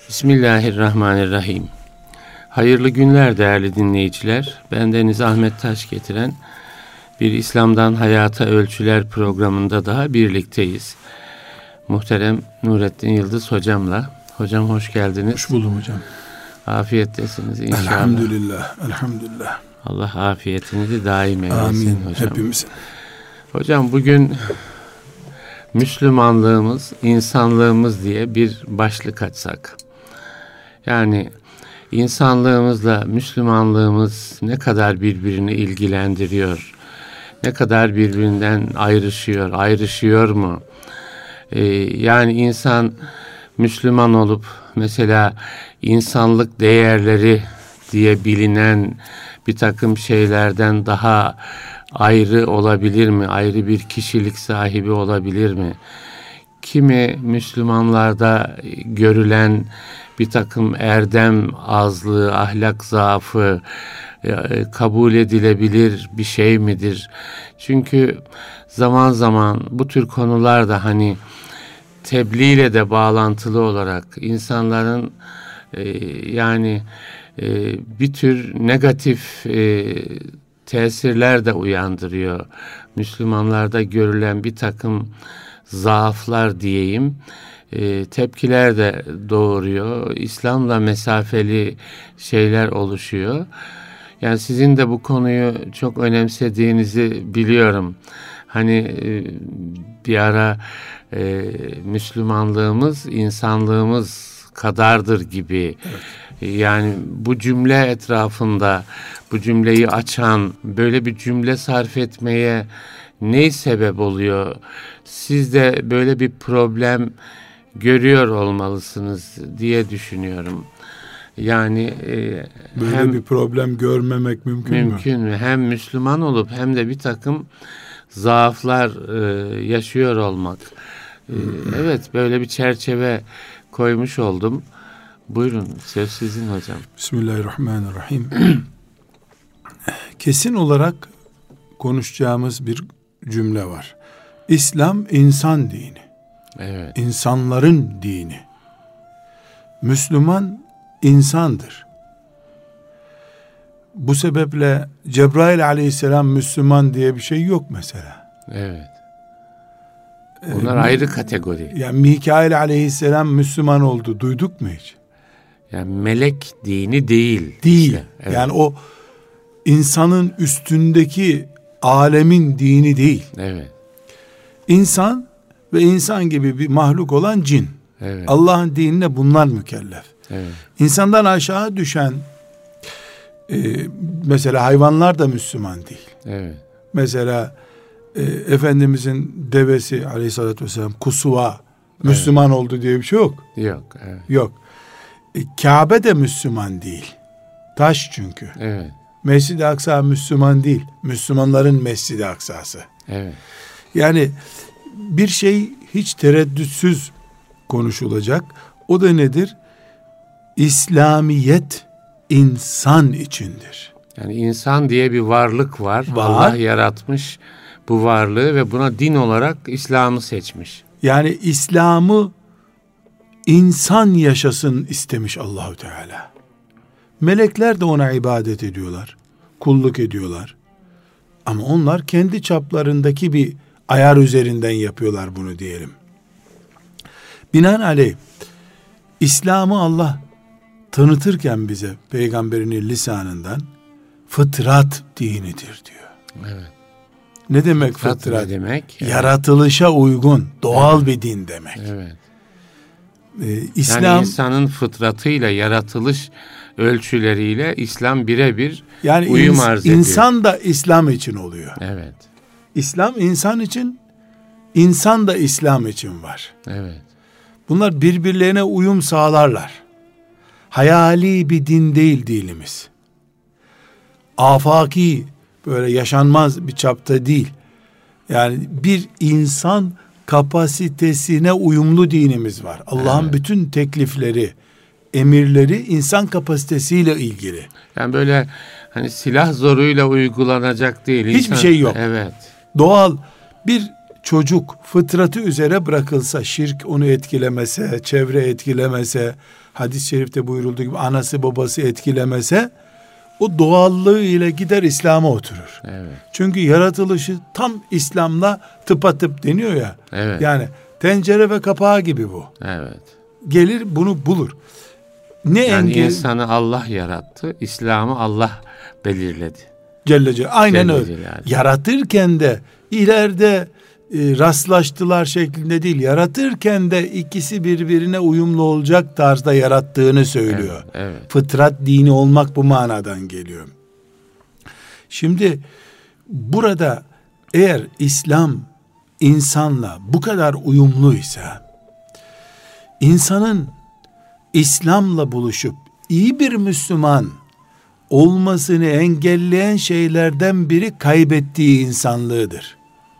Bismillahirrahmanirrahim. Hayırlı günler değerli dinleyiciler. Bendeniz Ahmet Taş getiren bir İslam'dan Hayata Ölçüler programında daha birlikteyiz. Muhterem Nurettin Yıldız hocamla. Hocam hoş geldiniz. Hoş buldum hocam. Afiyettesiniz inşallah. Elhamdülillah, elhamdülillah. Allah afiyetinizi daim eylesin. Amin hocam. hepimizin. Hocam bugün Müslümanlığımız, insanlığımız diye bir başlık açsak. Yani insanlığımızla Müslümanlığımız ne kadar birbirini ilgilendiriyor? Ne kadar birbirinden ayrışıyor mu? Yani insan Müslüman olup mesela insanlık değerleri diye bilinen bir takım şeylerden daha ayrı olabilir mi? Ayrı bir kişilik sahibi olabilir mi? Kimi Müslümanlarda görülen bir takım erdem azlığı, ahlak zaafı kabul edilebilir bir şey midir? Çünkü zaman zaman bu tür konularda hani tebliğ ile de bağlantılı olarak insanların bir tür negatif tesirler de uyandırıyor. Müslümanlarda görülen bir takım zaaflar diyeyim, tepkiler de doğuruyor. İslam'la mesafeli şeyler oluşuyor. Yani sizin de bu konuyu çok önemsediğinizi biliyorum. Hani bir ara Müslümanlığımız insanlığımız kadardır gibi. Evet. Yani bu cümle etrafında bu cümleyi açan böyle bir cümle sarf etmeye ne sebep oluyor? Siz de böyle bir problem görüyor olmalısınız diye düşünüyorum. Yani böyle hem bir problem görmemek mümkün mü? Hem Müslüman olup hem de bir takım zaaflar yaşıyor olmak. Evet, böyle bir çerçeve koymuş oldum. Buyurun, söz sizin hocam. Bismillahirrahmanirrahim. Kesin olarak konuşacağımız bir cümle var. İslam insan dini. Evet. İnsanların dini. Müslüman insandır. Bu sebeple Cebrail aleyhisselam Müslüman diye bir şey yok mesela. Evet. Bunlar ayrı kategori. Yani Mikail aleyhisselam Müslüman oldu. Duyduk mu hiç? Yani melek dini değil. Değil. İşte, evet. Yani o insanın üstündeki alemin dini değil. Evet. İnsan ve insan gibi bir mahluk olan cin. Evet. Allah'ın dinine bunlar mükellef. Evet. İnsandan aşağı düşen mesela hayvanlar da Müslüman değil. Evet. Mesela Efendimizin devesi aleyhissalatü vesselam Kusuva Müslüman oldu diye bir şey yok. Yok. Evet. Yok. Kabe de Müslüman değil. Taş çünkü. Evet. Mescid-i Aksa Müslüman değil. Müslümanların Mescid-i Aksa'sı. Evet. Yani bir şey hiç tereddütsüz konuşulacak. O da nedir? İslamiyet insan içindir. Yani insan diye bir varlık var. Allah yaratmış bu varlığı ve buna din olarak İslam'ı seçmiş. Yani İslam'ı insan yaşasın istemiş Allahu Teala. Melekler de ona ibadet ediyorlar. Kulluk ediyorlar. Ama onlar kendi çaplarındaki bir ayar üzerinden yapıyorlar bunu diyelim. Binaenaleyh İslam'ı Allah tanıtırken bize peygamberinin lisanından fıtrat dinidir diyor. Evet. Ne demek fıtrat? Ne demek? Yaratılışa uygun, doğal bir din demek. Evet. İslam, yani insanın fıtratıyla, yaratılış ölçüleriyle İslam birebir yani uyum arz ediyor. İnsan da İslam için oluyor. Evet. İslam insan için, insan da İslam için var. Evet. Bunlar birbirlerine uyum sağlarlar. Hayali bir din değil dinimiz. Afaki, böyle yaşanmaz bir çapta değil. Yani bir insan kapasitesine uyumlu dinimiz var. Allah'ın bütün teklifleri, emirleri insan kapasitesiyle ilgili. Yani böyle hani silah zoruyla uygulanacak değil. Hiçbir şey yok. Evet. Doğal bir çocuk fıtratı üzere bırakılsa, şirk onu etkilemese, çevre etkilemese, hadis-i şerifte buyurulduğu gibi anası babası etkilemese, o doğallığı ile gider İslam'a oturur. Evet. Çünkü yaratılışı tam İslam'la tıpatıp deniyor ya. Evet. Yani tencere ve kapağı gibi bu. Evet. Gelir bunu bulur. Ne yani engel? insanı Allah yarattı, İslam'ı Allah belirledi. Celle Celle. Aynen Celle öyle. Celaluhu. Yaratırken de ileride rastlaştılar şeklinde değil. Yaratırken de ikisi birbirine uyumlu olacak tarzda yarattığını söylüyor. Evet, evet. Fıtrat dini olmak bu manadan geliyor. Şimdi burada eğer İslam insanla bu kadar uyumluysa, insanın İslam'la buluşup iyi bir Müslüman olmasını engelleyen şeylerden biri kaybettiği insanlığıdır.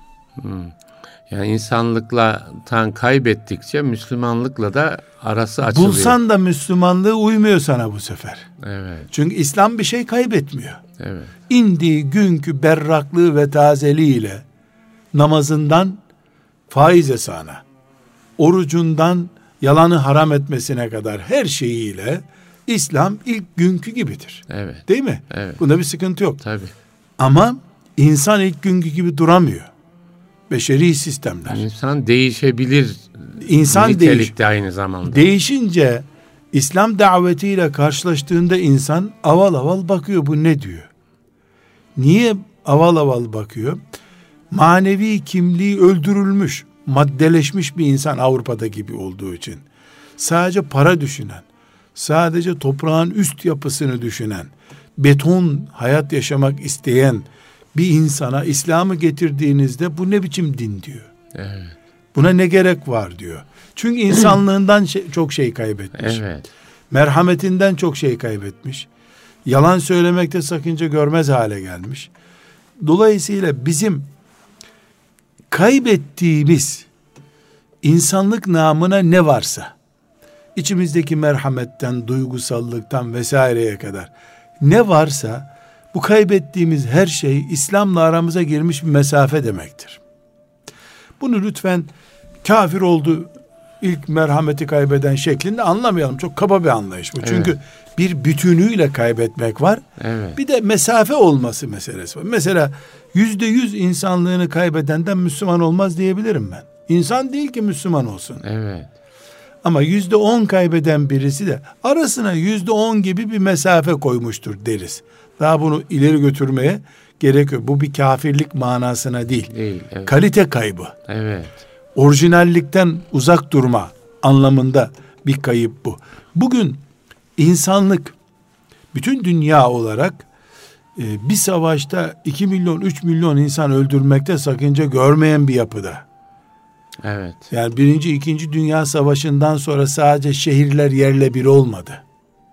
Yani insanlıkla kaybettikçe Müslümanlıkla da arası açılıyor. Bulsan da Müslümanlığı uymuyor sana bu sefer. Evet. Çünkü İslam bir şey kaybetmiyor. Evet. İndiği günkü berraklığı ve tazeliğiyle namazından faiz hesabına, orucundan yalanı haram etmesine kadar her şeyiyle İslam ilk günkü gibidir. Evet. Değil mi? Evet. Bunda bir sıkıntı yok. Tabii. Ama insan ilk günkü gibi duramıyor. Beşeri sistemler. İnsan değişebilir. İnsan nitelikte aynı zamanda. Değişince İslam davetiyle karşılaştığında insan aval aval bakıyor, bu ne diyor? Niye aval aval bakıyor? Manevi kimliği öldürülmüş, maddeleşmiş bir insan Avrupa'da gibi olduğu için. Sadece para düşünen, sadece toprağın üst yapısını düşünen, beton hayat yaşamak isteyen bir insana İslam'ı getirdiğinizde bu ne biçim din diyor. Evet. Buna ne gerek var diyor. Çünkü insanlığından çok şey kaybetmiş. Evet. Merhametinden çok şey kaybetmiş. Yalan söylemekte sakınca görmez hale gelmiş. Dolayısıyla bizim kaybettiğimiz insanlık namına ne varsa, içimizdeki merhametten, duygusallıktan vesaireye kadar ne varsa, bu kaybettiğimiz her şey İslam'la aramıza girmiş bir mesafe demektir. Bunu lütfen kafir oldu, ilk merhameti kaybeden şeklinde anlamayalım. Çok kaba bir anlayış bu. Evet. Çünkü bir bütünüyle kaybetmek var. Evet. Bir de mesafe olması meselesi var. Mesela %100 insanlığını kaybedenden Müslüman olmaz diyebilirim ben. İnsan değil ki Müslüman olsun. Evet. Ama %10 kaybeden birisi de arasına %10 gibi bir mesafe koymuştur deriz. Daha bunu ileri götürmeye gerek yok. Bu bir kafirlik manasına değil. Değil. Evet. Kalite kaybı. Evet. Orijinallikten uzak durma anlamında bir kayıp bu. Bugün insanlık bütün dünya olarak bir savaşta 2 milyon 3 milyon insan öldürmekte sakınca görmeyen bir yapıda. Evet. Yani 1. 2. Dünya Savaşı'ndan sonra sadece şehirler yerle bir olmadı.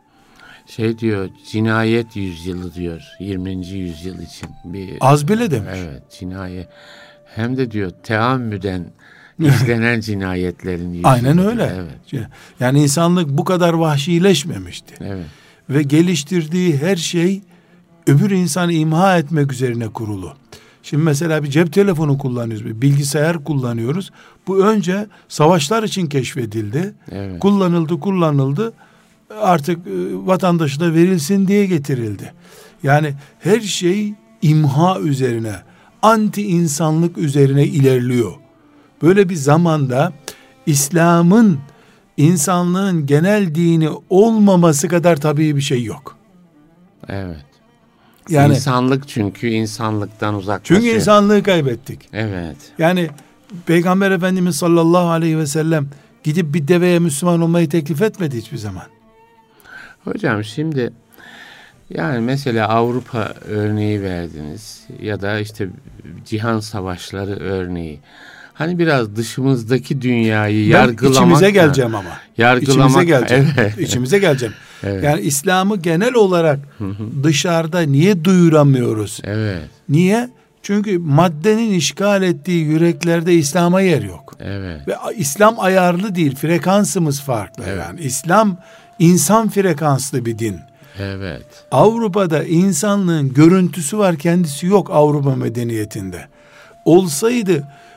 Diyor, cinayet yüzyılı diyor, 20. yüzyıl için. Az bile demiş. Evet, cinayet. Hem de diyor teammüden işlenen cinayetlerin yüzyılı. Aynen öyle. Evet. Yani insanlık bu kadar vahşileşmemişti. Evet. Ve geliştirdiği her şey öbür insanı imha etmek üzerine kurulu. Şimdi mesela bir cep telefonu kullanıyoruz, bir bilgisayar kullanıyoruz. Bu önce savaşlar için keşfedildi. Evet. Kullanıldı. Artık vatandaşına verilsin diye getirildi. Yani her şey imha üzerine, anti insanlık üzerine ilerliyor. Böyle bir zamanda İslam'ın insanlığın genel dini olmaması kadar tabii bir şey yok. Evet. Yani insanlık çünkü insanlıktan uzaklaşıyor. Çünkü insanlığı kaybettik. Evet. Yani Peygamber Efendimiz sallallahu aleyhi ve sellem gidip bir deveye Müslüman olmayı teklif etmedi hiçbir zaman. Hocam şimdi yani mesela Avrupa örneği verdiniz ya da işte cihan savaşları örneği. Hani biraz dışımızdaki dünyayı yargılamak. İçimize geleceğim ama. Yargılamak. İçimize geleceğim. Evet. İçimize geleceğim. Evet. Yani İslam'ı genel olarak dışarıda niye duyuramıyoruz? Evet. Niye? Çünkü maddenin işgal ettiği yüreklerde İslam'a yer yok. Evet. Ve İslam ayarlı değil. Frekansımız farklı. Evet. Yani İslam insan frekanslı bir din. Evet. Avrupa'da insanlığın görüntüsü var, kendisi yok Avrupa medeniyetinde. Olsaydı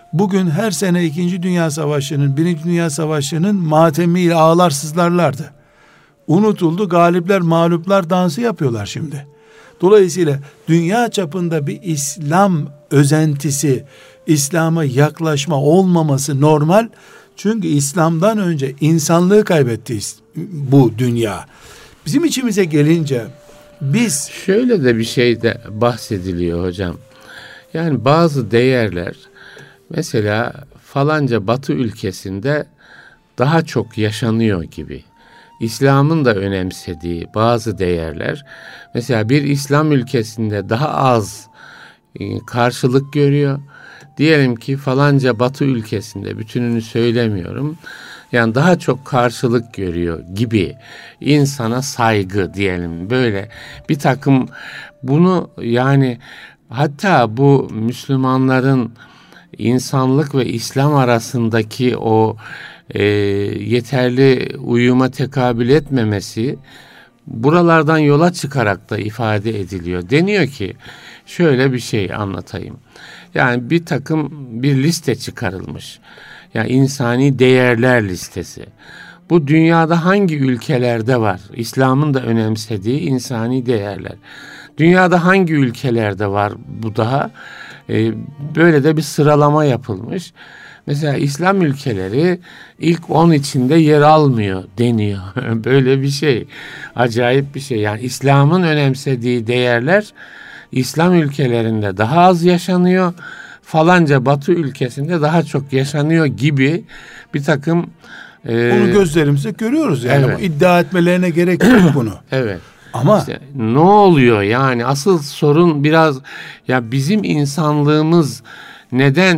Bugün her sene 2. Dünya Savaşı'nın, 1. Dünya Savaşı'nın matemiyle ağlar sızlarlardı. Unutuldu, galipler mağluplar dansı yapıyorlar şimdi. Dolayısıyla dünya çapında bir İslam özentisi, İslam'a yaklaşma olmaması normal. Çünkü İslam'dan önce insanlığı kaybetti bu dünya. Bizim içimize gelince biz... Şöyle de bir şey de bahsediliyor hocam. Yani bazı değerler mesela falanca Batı ülkesinde daha çok yaşanıyor gibi. İslam'ın da önemsediği bazı değerler mesela bir İslam ülkesinde daha az karşılık görüyor. Diyelim ki falanca Batı ülkesinde, bütününü söylemiyorum, yani daha çok karşılık görüyor gibi. İnsana saygı diyelim, böyle bir takım, bunu yani hatta bu Müslümanların insanlık ve İslam arasındaki o yeterli uyuma tekabül etmemesi buralardan yola çıkarak da ifade ediliyor. Deniyor ki şöyle bir şey anlatayım. Yani bir liste çıkarılmış. Yani insani değerler listesi. Bu dünyada hangi ülkelerde var? İslam'ın da önemsediği insani değerler. Dünyada hangi ülkelerde var bu daha? Böyle de bir sıralama yapılmış. Mesela İslam ülkeleri ilk 10 içinde yer almıyor deniyor. Böyle bir şey. Acayip bir şey. Yani İslam'ın önemsediği değerler İslam ülkelerinde daha az yaşanıyor. Falanca Batı ülkesinde daha çok yaşanıyor gibi bir takım... Onu gözlerimizle görüyoruz yani. Evet. İddia etmelerine gerek yok bunu. Evet. Ama işte ne oluyor yani? Asıl sorun biraz ya bizim insanlığımız neden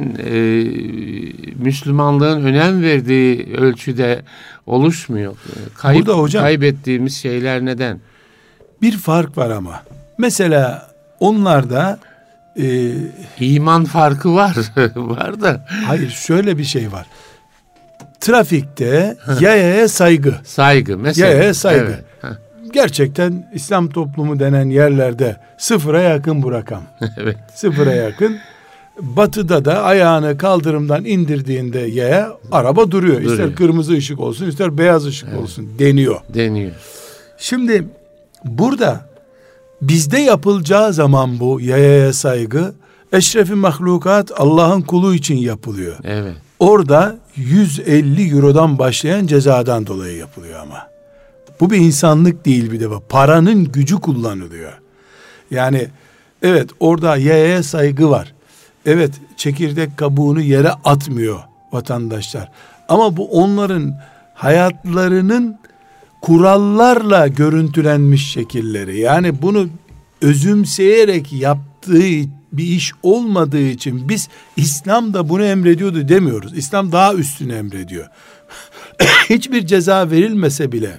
Müslümanlığın önem verdiği ölçüde oluşmuyor? Burada hocam, kaybettiğimiz şeyler neden? Bir fark var ama. Mesela onlarda iman farkı var. Var da. Hayır, şöyle bir şey var. Trafikte yayaya saygı. Saygı mesela. Yayaya saygı. Evet. Gerçekten İslam toplumu denen yerlerde sıfıra yakın bu rakam. Evet. Sıfıra yakın. Batı'da da ayağını kaldırımdan indirdiğinde yaya, araba duruyor. İster kırmızı ışık olsun, ister beyaz ışık olsun deniyor. Şimdi burada bizde yapılacağı zaman bu yayaya saygı, eşrefi mahlukat Allah'ın kulu için yapılıyor. Evet. Orada 150 eurodan başlayan cezadan dolayı yapılıyor ama. Bu bir insanlık değil bir defa. Paranın gücü kullanılıyor. Yani evet, orada yayaya saygı var. Evet, çekirdek kabuğunu yere atmıyor vatandaşlar. Ama bu onların hayatlarının kurallarla görüntülenmiş şekilleri. Yani bunu özümseyerek yaptığı bir iş olmadığı için biz İslam da bunu emrediyordu demiyoruz. İslam daha üstünü emrediyor. Hiçbir ceza verilmese bile,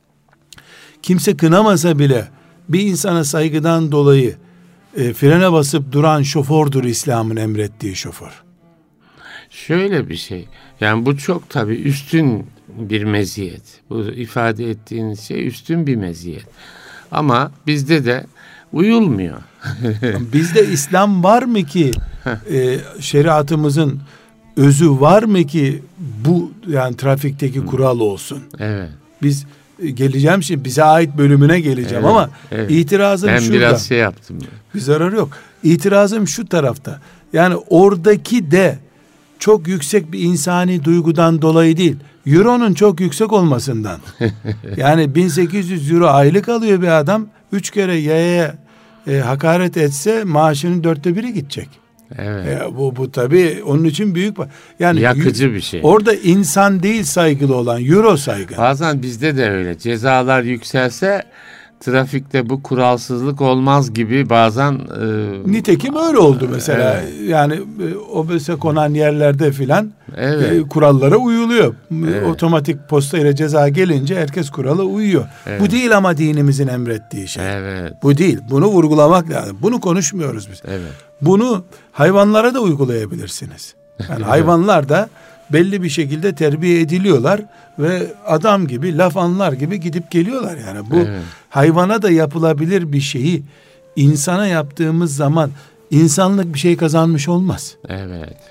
kimse kınamasa bile bir insana saygıdan dolayı frene basıp duran şofördür İslam'ın emrettiği şoför. Şöyle bir şey. Yani bu çok tabii üstün bir meziyet. Bu ifade ettiğiniz şey üstün bir meziyet. Ama bizde de uyulmuyor. Bizde İslam var mı ki şeriatımızın özü var mı ki bu yani trafikteki kural olsun? Evet. Biz geleceğim şimdi, bize ait bölümüne geleceğim, evet, ama evet, itirazım ben şurada. Ben biraz şey yaptım. Bir zarar yok. İtirazım şu tarafta. Yani oradaki de çok yüksek bir insani duygudan dolayı değil, Euro'nun çok yüksek olmasından. Yani 1800 euro aylık alıyor bir adam, 3 kere yayaya hakaret etse maaşının 1/4'ü gidecek. Evet. Bu tabii onun için büyük, yani yakıcı bir şey. Orada insan değil saygılı olan, euro saygı. Bazen bizde de öyle. Cezalar yükselse trafikte bu kuralsızlık olmaz gibi bazen. Nitekim öyle oldu mesela. Evet. Yani obese konan yerlerde filan evet, kurallara uyuluyor. Evet. Otomatik posta ile ceza gelince herkes kurala uyuyor. Evet. Bu değil ama dinimizin emrettiği şey. Evet. Bu değil. Bunu vurgulamak lazım. Bunu konuşmuyoruz biz. Evet. Bunu hayvanlara da uygulayabilirsiniz. Yani hayvanlar da belli bir şekilde terbiye ediliyorlar ve adam gibi, laf anlar gibi gidip geliyorlar. Yani bu evet, hayvana da yapılabilir bir şeyi insana yaptığımız zaman insanlık bir şey kazanmış olmaz. Evet.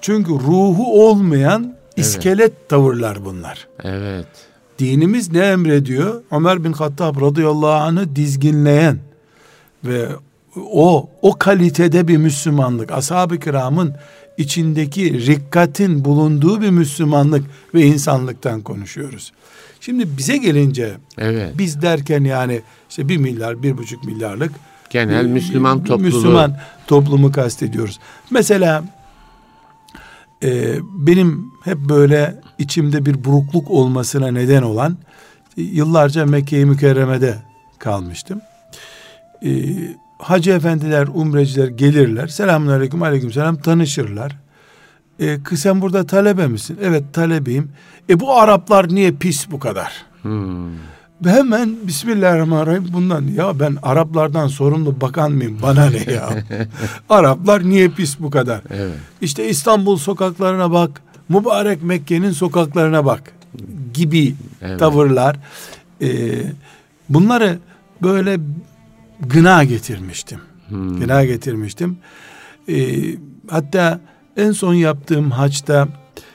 Çünkü ruhu olmayan iskelet tavırlar bunlar. Evet. Dinimiz ne emrediyor? Ömer bin Hattab radıyallahu anh'ı dizginleyen ve o kalitede bir Müslümanlık, ashab-ı kiramın içindeki rikkatin bulunduğu bir Müslümanlık ve insanlıktan konuşuyoruz. Şimdi bize gelince biz derken yani işte 1 milyar, 1,5 milyarlık genel Müslüman topluluğu. Müslüman toplumu kastediyoruz. Mesela benim hep böyle içimde bir burukluk olmasına neden olan, yıllarca Mekke-i Mükerreme'de kalmıştım. Hacı efendiler, umreciler gelirler. Selamünaleyküm, aleykümselam, tanışırlar. Sen burada talebe misin? Evet, talebeyim. Bu Araplar niye pis bu kadar? Ve hemen Bismillahirrahmanirrahim bundan, ya ben Araplardan sorumlu bakan mıyım? Bana ne ya? Araplar niye pis bu kadar? Evet. İşte İstanbul sokaklarına bak, mübarek Mekke'nin sokaklarına bak gibi tavırlar. Bunları böyle gına getirmiştim. Gına getirmiştim. Hatta en son yaptığım haçta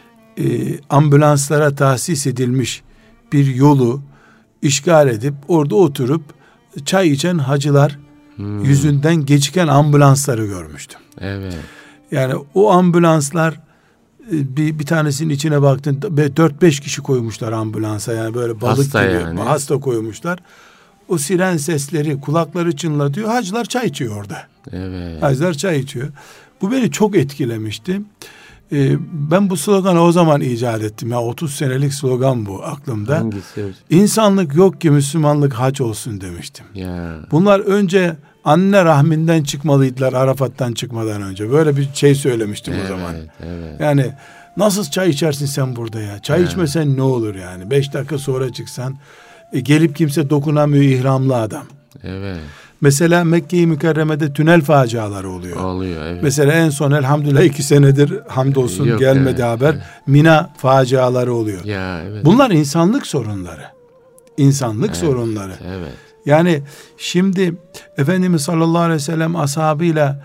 ambulanslara tahsis edilmiş bir yolu işgal edip orada oturup çay içen hacılar yüzünden geçiken ambulansları görmüştüm. Evet. Yani o ambulanslar, bir tanesinin içine baktın 4-5 kişi koymuşlar ambulansa, yani böyle balık hasta gibi yani. Hasta koymuşlar. O siren sesleri kulakları çınlatıyor. Hacılar çay içiyor orada. Evet. Hacılar çay içiyor. Bu beni çok etkilemişti. Ben bu sloganı o zaman icat ettim. Ya 30 senelik slogan bu aklımda. Hangisi? İnsanlık yok ki Müslümanlık hac olsun demiştim. Ya. Bunlar önce anne rahminden çıkmalıydılar, Arafat'tan çıkmadan önce. Böyle bir şey söylemiştim o zaman. Evet. Yani nasıl çay içersin sen burada ya? Çay içmesen ne olur yani? 5 dakika sonra çıksan gelip kimse dokunamıyor, ihramlı adam. Evet. Mesela Mekke-i Mükerreme'de tünel faciaları oluyor. Oluyor, evet. Mesela en son elhamdülillah 2 senedir hamdolsun gelmedi haber. Evet. Mina faciaları oluyor. Ya, evet. Bunlar insanlık sorunları. İnsanlık sorunları. Evet. Yani şimdi Efendimiz sallallahu aleyhi ve sellem ashabıyla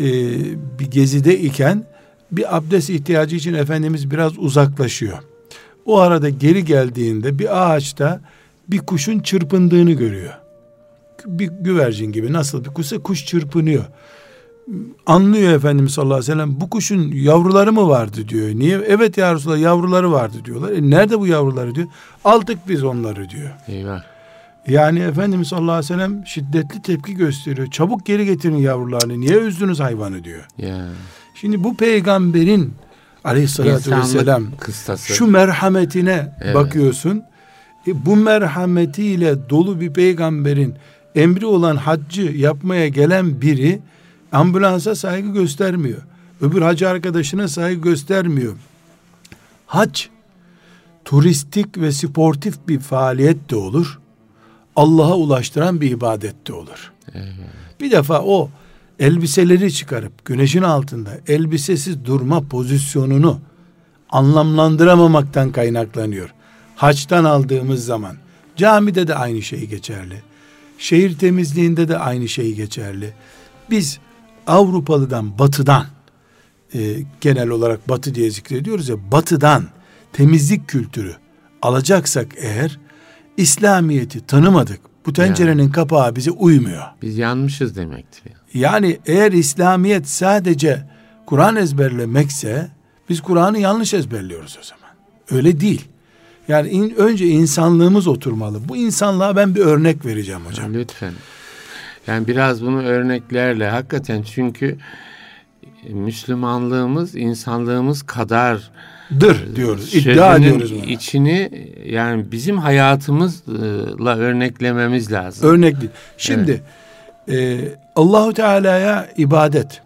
bir gezide iken bir abdest ihtiyacı için Efendimiz biraz uzaklaşıyor. O arada geri geldiğinde bir ağaçta bir kuşun çırpındığını görüyor. Bir güvercin gibi, nasıl bir kuşsa kuş çırpınıyor. Anlıyor Efendimiz sallallahu aleyhi ve sellem, bu kuşun yavruları mı vardı diyor. Niye? Evet ya Resulallah, yavruları vardı diyorlar. Nerede bu yavruları diyor. Aldık biz onları diyor. Eyvah. Yani Efendimiz sallallahu aleyhi ve sellem şiddetli tepki gösteriyor. Çabuk geri getirin yavrularını. Niye üzdünüz hayvanı diyor. Ya. Şimdi bu peygamberin aleyhissalatü vesselam kıstası, şu merhametine bakıyorsun. Bu merhametiyle dolu bir peygamberin emri olan haccı yapmaya gelen biri ambulansa saygı göstermiyor. Öbür hacı arkadaşına saygı göstermiyor. Hac turistik ve sportif bir faaliyet de olur. Allah'a ulaştıran bir ibadet de olur. Evet. Bir defa o elbiseleri çıkarıp güneşin altında elbisesiz durma pozisyonunu anlamlandıramamaktan kaynaklanıyor. Haçtan aldığımız zaman camide de aynı şey geçerli. Şehir temizliğinde de aynı şey geçerli. Biz Avrupalı'dan, batıdan, genel olarak batı diye zikrediyoruz ya, batıdan temizlik kültürü alacaksak eğer, İslamiyet'i tanımadık. Bu tencerenin kapağı bize uymuyor. Biz yanmışız demektir. Yani eğer İslamiyet sadece Kur'an ezberlemekse, biz Kur'an'ı yanlış ezberliyoruz o zaman. Öyle değil. Yani önce insanlığımız oturmalı. Bu insanlığa ben bir örnek vereceğim hocam. Lütfen. Yani biraz bunu örneklerle, hakikaten, çünkü Müslümanlığımız insanlığımız kadardır diyoruz. İddia ediyoruz bunu. İçini yani bizim hayatımızla örneklememiz lazım. Örnek değil. Şimdi Allahu Teala'ya ibadet,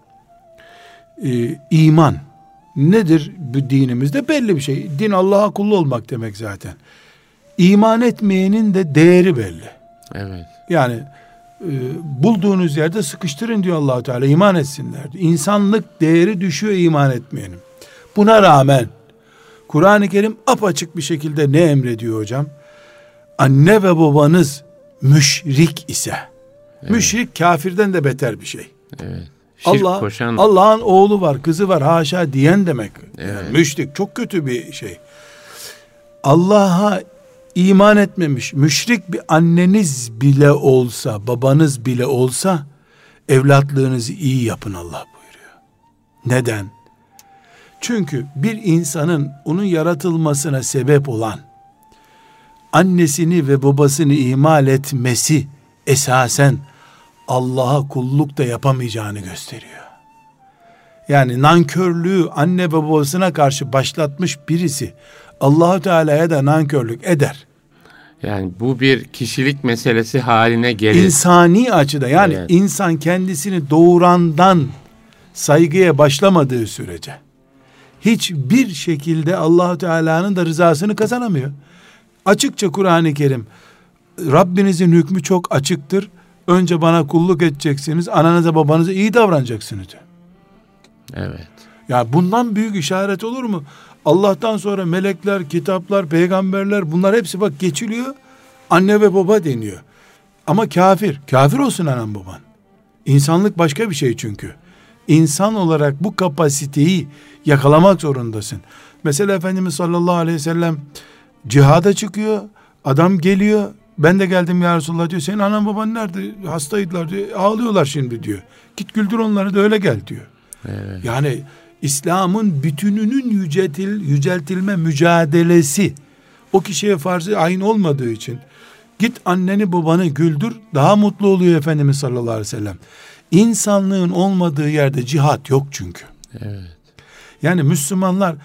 iman nedir bu dinimizde? Belli bir şey. Din Allah'a kul olmak demek zaten. İman etmeyenin de değeri belli. Evet. Yani bulduğunuz yerde sıkıştırın diyor Allah-u Teala, iman etsinler diyor. İnsanlık değeri düşüyor iman etmeyenin. Buna rağmen Kur'an-ı Kerim apaçık bir şekilde ne emrediyor hocam? Anne ve babanız müşrik ise, müşrik kafirden de beter bir şey. Evet. Şirk koşan. Allah'ın oğlu var, kızı var, haşa diyen demek. Evet. Yani müşrik çok kötü bir şey. Allah'a iman etmemiş, müşrik bir anneniz bile olsa, babanız bile olsa evlatlığınızı iyi yapın Allah buyuruyor. Neden? Çünkü bir insanın onun yaratılmasına sebep olan annesini ve babasını ihmal etmesi esasen Allah'a kulluk da yapamayacağını gösteriyor. Yani nankörlüğü anne ve babasına karşı başlatmış birisi Allah-u Teala'ya da nankörlük eder. Yani bu bir kişilik meselesi haline gelir. İnsani açıda yani evet. insan kendisini doğurandan saygıya başlamadığı sürece hiçbir şekilde Allah-u Teala'nın da rızasını kazanamıyor. Açıkça Kur'an-ı Kerim Rabbinizin hükmü çok açıktır. Önce bana kulluk edeceksiniz, ananıza babanıza iyi davranacaksınız diyor. Evet. Ya bundan büyük işaret olur mu? Allah'tan sonra melekler, kitaplar, peygamberler bunlar hepsi bak geçiliyor. Anne ve baba deniyor. Ama kafir. Kafir olsun anan baban. İnsanlık başka bir şey çünkü. İnsan olarak bu kapasiteyi yakalamak zorundasın. Mesela Efendimiz sallallahu aleyhi ve sellem cihada çıkıyor. Adam geliyor. Ben de geldim ya Resulullah diyor. Senin anan baban nerede? Hastaydılar diyor. Ağlıyorlar şimdi diyor. Git güldür onları da öyle gel diyor. Evet. Yani İslam'ın bütününün yüceltilme mücadelesi o kişiye farz-ı ayn olmadığı için git anneni babanı güldür daha mutlu oluyor Efendimiz sallallahu aleyhi ve sellem. İnsanlığın olmadığı yerde cihat yok çünkü. Evet. Yani Müslümanlar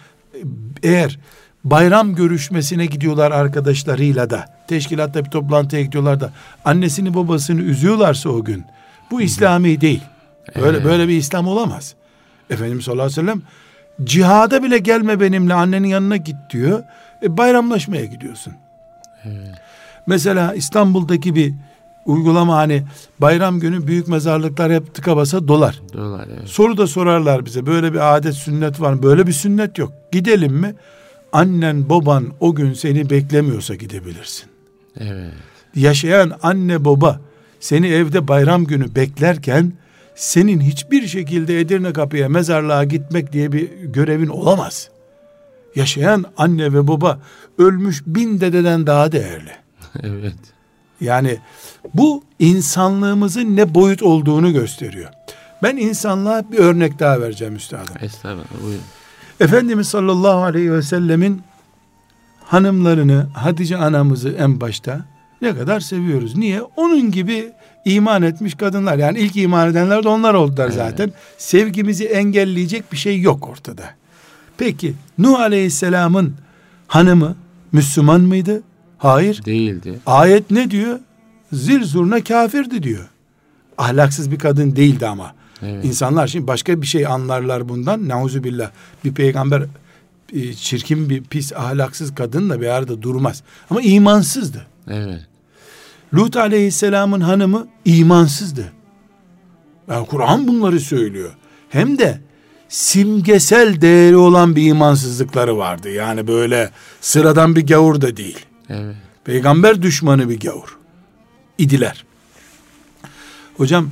eğer bayram görüşmesine gidiyorlar arkadaşlarıyla da teşkilatta bir toplantıya gidiyorlar da annesini babasını üzüyorlarsa o gün bu İslami değil. Böyle bir İslam olamaz. Efendimiz sallallahu aleyhi ve sellem cihada bile gelme benimle annenin yanına git diyor. Bayramlaşmaya gidiyorsun. Evet. Mesela İstanbul'daki bir uygulama hani bayram günü büyük mezarlıklar hep tıka basa dolar. Evet. Soru da sorarlar bize böyle bir adet sünnet var mı? Böyle bir sünnet yok. Gidelim mi? Annen baban o gün seni beklemiyorsa gidebilirsin. Evet. Yaşayan anne baba seni evde bayram günü beklerken senin hiçbir şekilde Edirne Kapı'ya mezarlığa gitmek diye bir görevin olamaz. Yaşayan anne ve baba ölmüş 1000 dededen daha değerli. Evet. Yani bu insanlığımızın ne boyut olduğunu gösteriyor. Ben insanlığa bir örnek daha vereceğim üstadım. Estağfurullah. Buyurun. Efendimiz sallallahu aleyhi ve sellemin hanımlarını, Hatice anamızı en başta ne kadar seviyoruz. Niye? Onun gibi iman etmiş kadınlar. Yani ilk iman edenler de onlar oldular zaten. Evet. Sevgimizi engelleyecek bir şey yok ortada. Peki Nuh Aleyhisselam'ın hanımı Müslüman mıydı? Hayır. Değildi. Ayet ne diyor? Zil zurna kafirdi diyor. Ahlaksız bir kadın değildi ama. Evet. İnsanlar şimdi başka bir şey anlarlar bundan. Nauzubillah. Bir peygamber çirkin bir pis ahlaksız kadınla bir arada durmaz. Ama imansızdı. Evet. Lut Aleyhisselam'ın hanımı imansızdı. Yani Kur'an bunları söylüyor. Hem de simgesel değeri olan bir imansızlıkları vardı. Yani böyle sıradan bir gavur da değil. Evet. Peygamber düşmanı bir gavur idiler. Hocam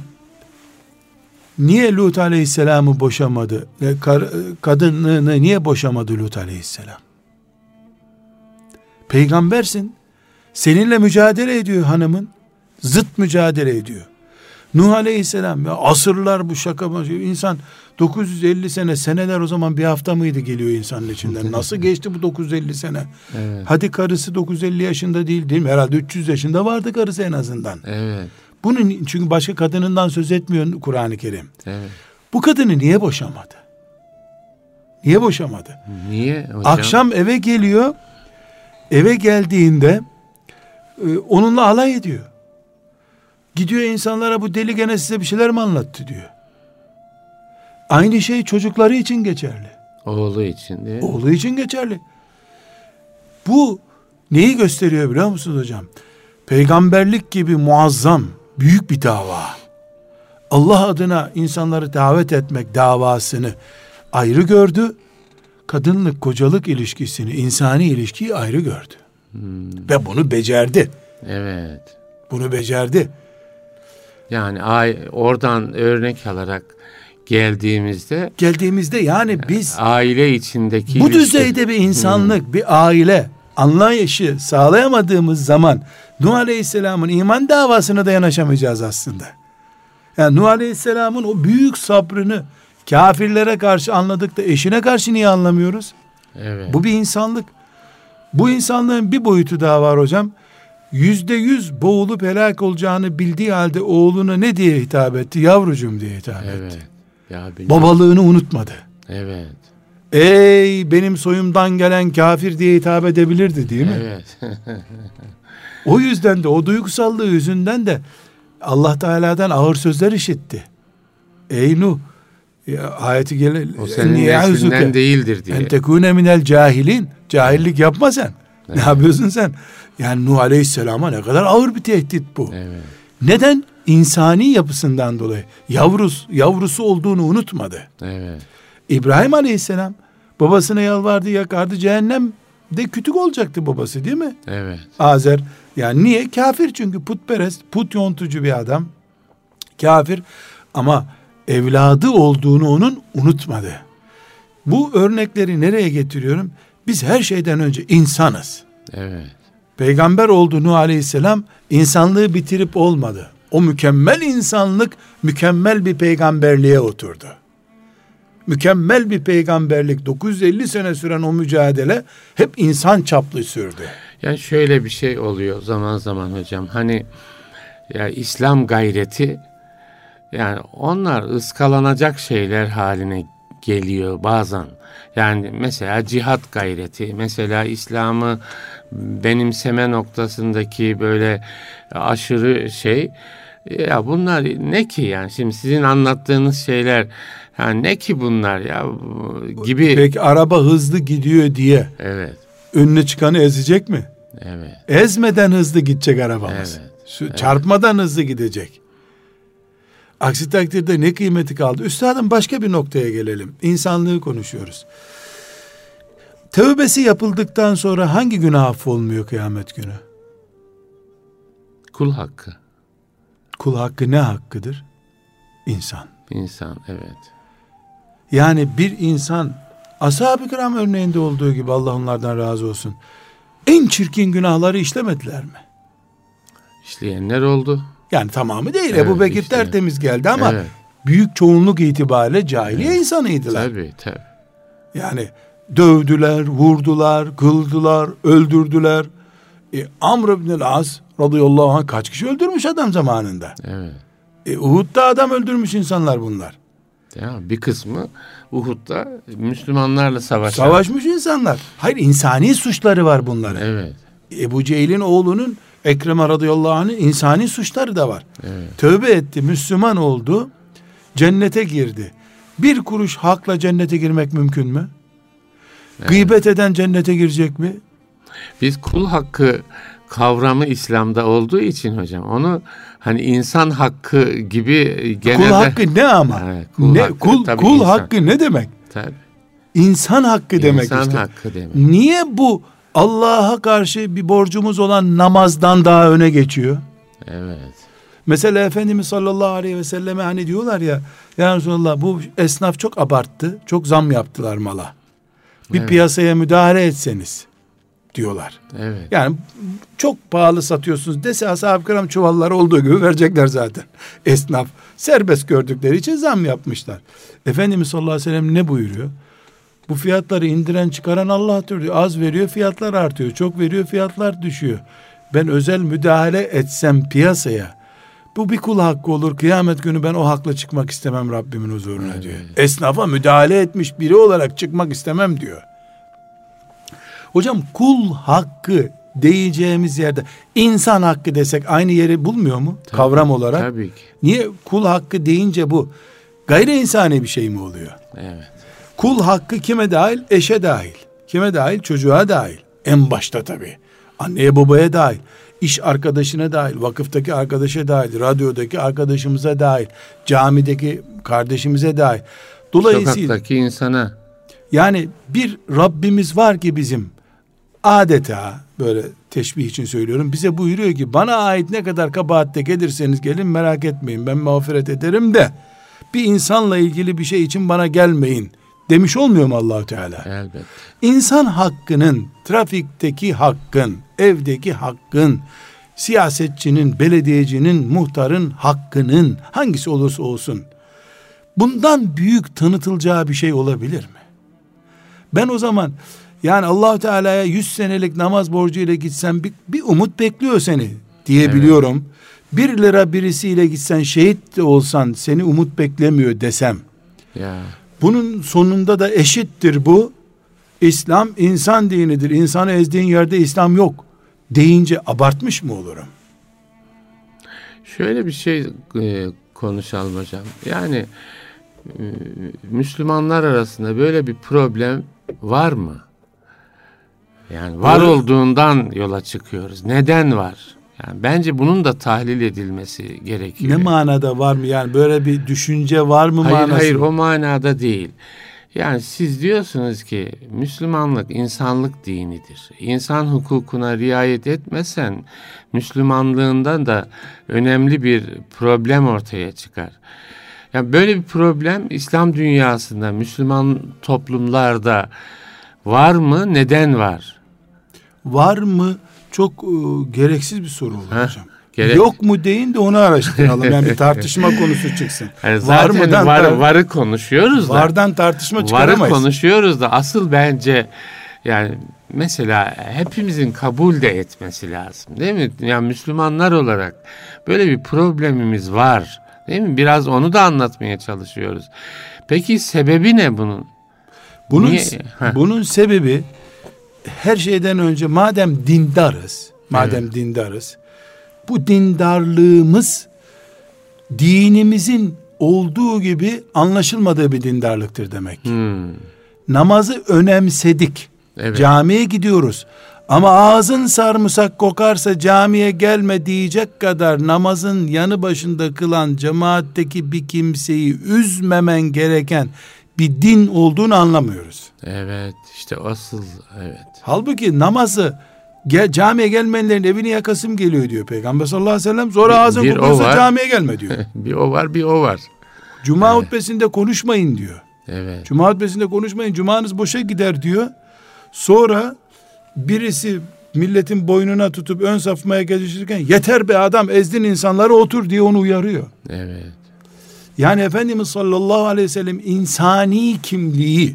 niye Lut Aleyhisselam'ı boşamadı? Kadını niye boşamadı Lut Aleyhisselam? Peygambersin. Seninle mücadele ediyor hanımın. Zıt mücadele ediyor. Nuh Aleyhisselam ya asırlar bu şaka. İnsan 950 seneler o zaman bir hafta mıydı geliyor insanın içinden. Nasıl geçti bu 950 sene? Evet. Hadi karısı 950 yaşında değil mi? Herhalde 300 yaşında vardı karısı en azından. Evet. Bunun çünkü başka kadınından söz etmiyor Kur'an-ı Kerim. Evet. Bu kadını niye boşamadı? Niye boşamadı? Niye hocam? Akşam eve geliyor. Eve geldiğinde onunla alay ediyor. Gidiyor insanlara bu deli gene size bir şeyler mi anlattı diyor. Aynı şey çocukları için geçerli. Oğlu için değil mi? Oğlu için geçerli. Bu neyi gösteriyor biliyor musunuz hocam? Peygamberlik gibi muazzam, büyük bir dava. Allah adına insanları davet etmek davasını ayrı gördü. Kadınlık, kocalık ilişkisini, insani ilişkiyi ayrı gördü. Ve bunu becerdi. Evet. Bunu becerdi. Yani oradan örnek alarak geldiğimizde yani biz aile içindeki bu düzeyde bir insanlık, bir aile anlayışı sağlayamadığımız zaman Nuh Aleyhisselam'ın iman davasına da yanaşamayacağız aslında. Yani Nuh Aleyhisselam'ın o büyük sabrını kafirlere karşı anladık da eşine karşı niye anlamıyoruz? Evet. Bu bir insanlık. Bu insanlığın bir boyutu daha var hocam. %100 boğulup helak olacağını bildiği halde oğluna ne diye hitap etti? Yavrucuğum diye hitap etti. Ya babalığını unutmadı. Evet. Ey benim soyumdan gelen kafir diye hitap edebilirdi değil mi? Evet. O yüzden de o duygusallığı yüzünden de Allah Teala'dan ağır sözler işitti. Ey Nuh, ayeti gele o senin neslinden değildir diye. En tekune minel cahilin. Cahillik yapma sen. Evet. Ne yapıyorsun sen? Yani Nuh Aleyhisselam'a ne kadar ağır bir tehdit bu. Evet. Neden? İnsani yapısından dolayı. Yavrusu olduğunu unutmadı. Evet. İbrahim Aleyhisselam babasına yalvardı, yakardı. Cehennemde kütük olacaktı babası değil mi? Evet. Azer. Yani niye? Kafir çünkü putperest, put yontucu bir adam. Kafir ama evladı olduğunu onun unutmadı. Bu örnekleri nereye getiriyorum? Biz her şeyden önce insanız. Evet. Peygamber oldu Nuh Aleyhisselam, insanlığı bitirip olmadı. O mükemmel insanlık mükemmel bir peygamberliğe oturdu. Mükemmel bir peygamberlik, 950 sene süren o mücadele hep insan çaplı sürdü. Yani şöyle bir şey oluyor zaman zaman hocam. Hani ya İslam gayreti, yani onlar ıskalanacak şeyler haline geliyor bazen. Yani mesela cihat gayreti, mesela İslam'ı benimseme noktasındaki böyle aşırı şey, ya bunlar ne ki yani, şimdi sizin anlattığınız şeyler yani ne ki bunlar ya gibi. Peki araba hızlı gidiyor diye evet, önüne çıkanı ezecek mi? Evet. Ezmeden hızlı gidecek arabamız. Evet. Çarpmadan hızlı gidecek. Aksi takdirde ne kıymeti kaldı? Üstadım başka bir noktaya gelelim. İnsanlığı konuşuyoruz. Tövbesi yapıldıktan sonra hangi günah affolmuyor kıyamet günü? Kul hakkı. Kul hakkı ne hakkıdır? İnsan. İnsan, evet. Yani bir insan, ashab-ı kiram örneğinde olduğu gibi, Allah onlardan razı olsun, en çirkin günahları işlemediler mi? İşleyenler oldu. Yani tamamı değil. Evet, Ebu Bekir işte. tertemiz geldi ama evet, büyük çoğunluk itibariyle cahiliye insanıydılar. Tabii. Yani dövdüler, vurdular, kıldılar, öldürdüler. Amr ibn el-As radıyallahu anh kaç kişi öldürmüş adam zamanında. Evet. Uhud'da adam öldürmüş insanlar bunlar. Ya bir kısmı Uhud'da Müslümanlarla savaşmış insanlar. Hayır, insani suçları var bunların. Evet. Ebu Cehil'in oğlunun, Ekrem'e radıyallahu anh'ın insani suçları da var. Evet. Tövbe etti, Müslüman oldu, cennete girdi. Bir kuruş hakla cennete girmek mümkün mü? Evet. Gıybet eden cennete girecek mi? Biz kul hakkı kavramı İslam'da olduğu için hocam onu hani insan hakkı gibi genelde... Kul hakkı ne ama? Evet, kul hakkı ne demek? Tabii. İnsan hakkı demek işte. İnsan hakkı demek. Niye bu Allah'a karşı bir borcumuz olan namazdan daha öne geçiyor? Evet. Mesela Efendimiz sallallahu aleyhi ve selleme hani diyorlar ya, ya Resulallah bu esnaf çok abarttı, çok zam yaptılar mala. Bir piyasaya müdahale etseniz diyorlar. Evet. Yani çok pahalı satıyorsunuz dese ashab-ı kiram çuvalları olduğu gibi verecekler zaten. Esnaf serbest gördükleri için zam yapmışlar. Efendimiz sallallahu aleyhi ve sellem ne buyuruyor? Bu fiyatları indiren çıkaran Allah'tır diyor. Az veriyor, fiyatlar artıyor. Çok veriyor, fiyatlar düşüyor. Ben özel müdahale etsem piyasaya, bu bir kul hakkı olur. Kıyamet günü ben o hakla çıkmak istemem Rabbimin huzuruna diyor. Esnafa müdahale etmiş biri olarak çıkmak istemem diyor. Hocam kul hakkı diyeceğimiz yerde insan hakkı desek aynı yeri bulmuyor mu? Tabii, kavram olarak. Tabii ki. Niye kul hakkı deyince bu gayri insani bir şey mi oluyor? Evet. Kul hakkı kime dahil? Eşe dahil. Kime dahil? Çocuğa dahil. En başta tabii. Anneye babaya dahil. İş arkadaşına dahil. Vakıftaki arkadaşa dahil. Radyodaki arkadaşımıza dahil. Camideki kardeşimize dahil. Dolayısıyla sokaktaki insana. Yani bir Rabbimiz var ki bizim adeta, böyle teşbih için söylüyorum, bize buyuruyor ki bana ait ne kadar kabahatte gelirseniz gelin merak etmeyin ben mağfiret ederim de Bir insanla ilgili bir şey için bana gelmeyin demiş olmuyor mu Allah-u Teala? Elbette. İnsan hakkının, trafikteki hakkın, evdeki hakkın, siyasetçinin, belediyecinin, muhtarın hakkının hangisi olursa olsun, bundan büyük tanıtılacağı bir şey olabilir mi? Ben o zaman yani Allah-u Teala'ya 100 senelik namaz borcuyla gitsen bir umut bekliyor seni diyebiliyorum. Evet. 1 lira birisiyle gitsen, şehit de olsan seni umut beklemiyor desem. Ya. Bunun sonunda da eşittir bu. İslam insan dinidir. İnsanı ezdiğin yerde İslam yok deyince abartmış mı olurum? Şöyle bir şey konuşalım hocam. Yani Müslümanlar arasında böyle bir problem var mı? Yani var olduğundan yola çıkıyoruz. Neden var? Yani bence bunun da tahlil edilmesi gerekiyor. Ne manada var mı? Yani böyle bir düşünce var mı manası? Hayır o manada değil. Yani siz diyorsunuz ki Müslümanlık insanlık dinidir. İnsan hukukuna riayet etmesen Müslümanlığından da önemli bir problem ortaya çıkar. Yani böyle bir problem İslam dünyasında, Müslüman toplumlarda var mı? Neden var? Var mı? Çok gereksiz bir soru oldu hocam. Yok mu deyin de onu araştıralım. Yani bir tartışma konusu çıksın. Yani var mıdan varı konuşuyoruz da. Vardan tartışma çıkaramayız. Varı konuşuyoruz da asıl bence yani mesela hepimizin kabul de etmesi lazım. Değil mi? Yani Müslümanlar olarak böyle bir problemimiz var. Değil mi? Biraz onu da anlatmaya çalışıyoruz. Peki sebebi ne bunun? Bunun sebebi her şeyden önce madem dindarız, bu dindarlığımız dinimizin olduğu gibi anlaşılmadığı bir dindarlıktır demek. Namazı önemsedik. Evet. Camiye gidiyoruz. Ama ağzın sarımsak kokarsa camiye gelme diyecek kadar namazın yanı başında kılan cemaatteki bir kimseyi üzmemen gereken bir din olduğunu anlamıyoruz. Evet, işte asıl evet. Halbuki namazı camiye gelmeyenlerin evini yakasım geliyor diyor Peygamber sallallahu aleyhi ve sellem. Sonra ağzın kokuyorsa camiye gelme diyor. Bir o var. Cuma hutbesinde konuşmayın diyor. Evet. Cuma hutbesinde konuşmayın, cumanız boşa gider diyor. Sonra birisi milletin boynuna tutup ön safmaya geçirken yeter be adam, ezdin insanları, otur diye onu uyarıyor. Evet. Yani Efendimiz sallallahu aleyhi ve sellem insani kimliği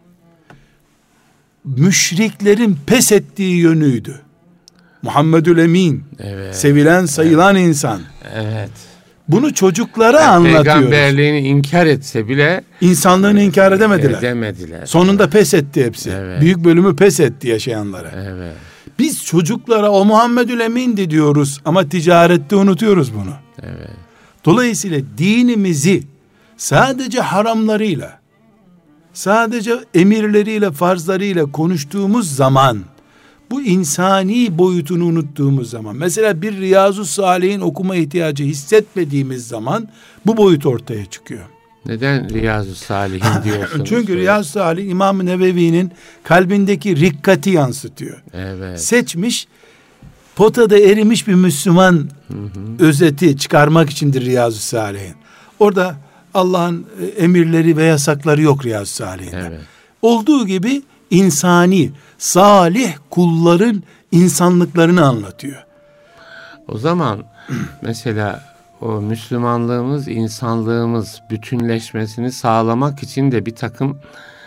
müşriklerin pes ettiği yönüydü. Muhammedül Emin, evet, sevilen sayılan insan. Evet. Bunu çocuklara anlatıyoruz. Peygamberliğini inkar etse bile insanlığını inkar edemediler. Sonunda pes etti hepsi. Evet. Büyük bölümü pes etti yaşayanlara. Evet. Biz çocuklara o Muhammedül Emin'di diyoruz ama ticarette unutuyoruz bunu. Evet. Dolayısıyla dinimizi sadece haramlarıyla, sadece emirleriyle, farzlarıyla konuştuğumuz zaman, bu insani boyutunu unuttuğumuz zaman, mesela bir Riyazu Salihin okuma ihtiyacı hissetmediğimiz zaman bu boyut ortaya çıkıyor. Neden Riyazu Salihin diyorsunuz? Çünkü Riyazu Salihin İmam-ı Nevevi'nin kalbindeki rikkati yansıtıyor. Evet. Seçmiş, potada erimiş bir Müslüman özeti çıkarmak içindir Riyazu Salihin. Orada Allah'ın emirleri ve yasakları yok Riyazu Salihin'de. Evet. Olduğu gibi insani, salih kulların insanlıklarını anlatıyor. O zaman mesela o Müslümanlığımız, insanlığımız bütünleşmesini sağlamak için de bir takım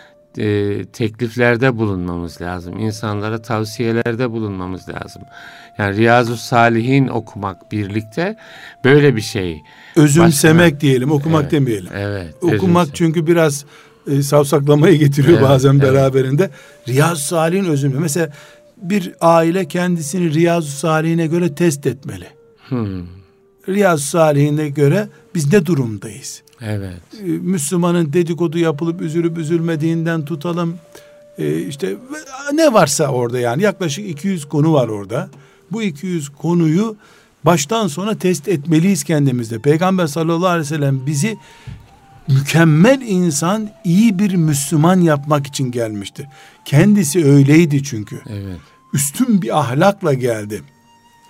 tekliflerde bulunmamız lazım. İnsanlara tavsiyelerde bulunmamız lazım. Yani Riyazu Salihin okumak birlikte böyle bir şey. Özümsemek diyelim, okumak demeyelim. Evet. Okumak çünkü biraz savsaklamayı getiriyor bazen beraberinde. Riyazu Salihin özümle. Mesela bir aile kendisini Riyazu Salihine göre test etmeli. Riyazu Salihine göre biz ne durumdayız? Evet. Müslümanın dedikodu yapılıp üzülüp üzülmediğinden tutalım. İşte ne varsa orada, yani yaklaşık 200 konu var orada. Bu 200 konuyu baştan sona test etmeliyiz kendimizde. Peygamber sallallahu aleyhi ve sellem bizi mükemmel insan, iyi bir Müslüman yapmak için gelmişti. Kendisi öyleydi çünkü. Evet. Üstün bir ahlakla geldi.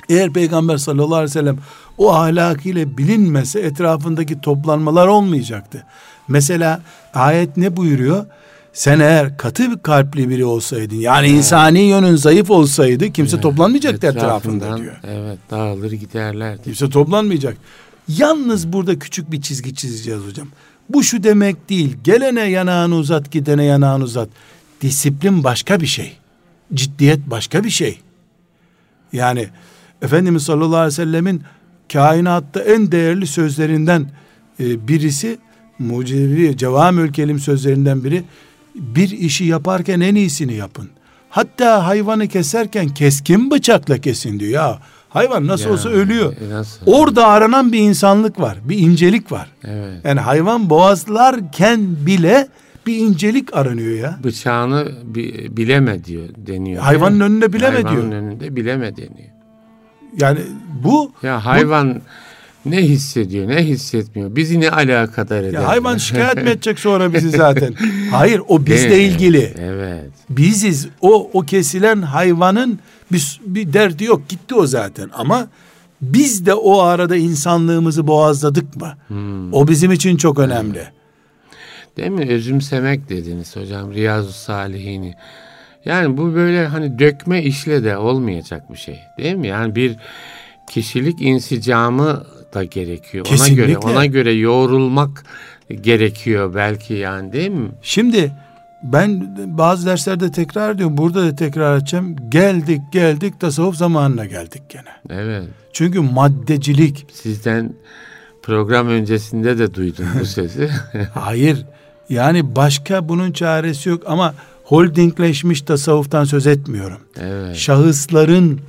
Eğer Peygamber sallallahu aleyhi ve sellem o ahlakıyla bilinmese etrafındaki toplanmalar olmayacaktı. Mesela ayet ne buyuruyor? Sen eğer katı bir kalpli biri olsaydın, yani insani yönün zayıf olsaydı kimse toplanmayacaktı etrafında diyor. Evet, dağılır giderlerdi. Kimse toplanmayacak. Yalnız burada küçük bir çizgi çizeceğiz hocam. Bu şu demek değil. Gelene yanağını uzat, gidene yanağını uzat. Disiplin başka bir şey. Ciddiyet başka bir şey. Yani Efendimiz sallallahu aleyhi ve sellemin kainatta en değerli sözlerinden birisi, mucizevi cevamül kelim sözlerinden biri, bir işi yaparken en iyisini yapın. Hatta hayvanı keserken keskin bıçakla kesin diyor. Ya hayvan nasıl olsa ölüyor. Nasıl? Orada aranan bir insanlık var, bir incelik var. Evet. Yani hayvan boğazlarken bile bir incelik aranıyor ya. Bıçağını bileme diyor deniyor. Hayvanın önünde bileme diyor. Hayvanın önünde bileme deniyor. Yani bu... Ya hayvan ne hissediyor, ne hissetmiyor? Bizi ne alakadar eder? Ya hayvan şikayet mi edecek sonra bizi zaten? Hayır, o bizle Evet, ilgili. Evet. Biziz. O kesilen hayvanın bir derdi yok. Gitti o zaten. Ama biz de o arada insanlığımızı boğazladık mı? O bizim için çok önemli. Değil mi? Özümsemek dediniz hocam. Riyazu Salihini. Yani bu böyle hani dökme işle de olmayacak bir şey. Değil mi? Yani bir kişilik insicamı da gerekiyor. Kesinlikle. Ona göre yoğrulmak gerekiyor belki, yani değil mi? Şimdi ben bazı derslerde tekrar ediyorum. Burada da tekrar edeceğim. Geldik tasavvuf zamanına geldik gene. Evet. Çünkü maddecilik. Sizden program öncesinde de duydum bu sözü. Hayır. Yani başka bunun çaresi yok ama holdingleşmiş tasavvuftan söz etmiyorum. Evet. Şahısların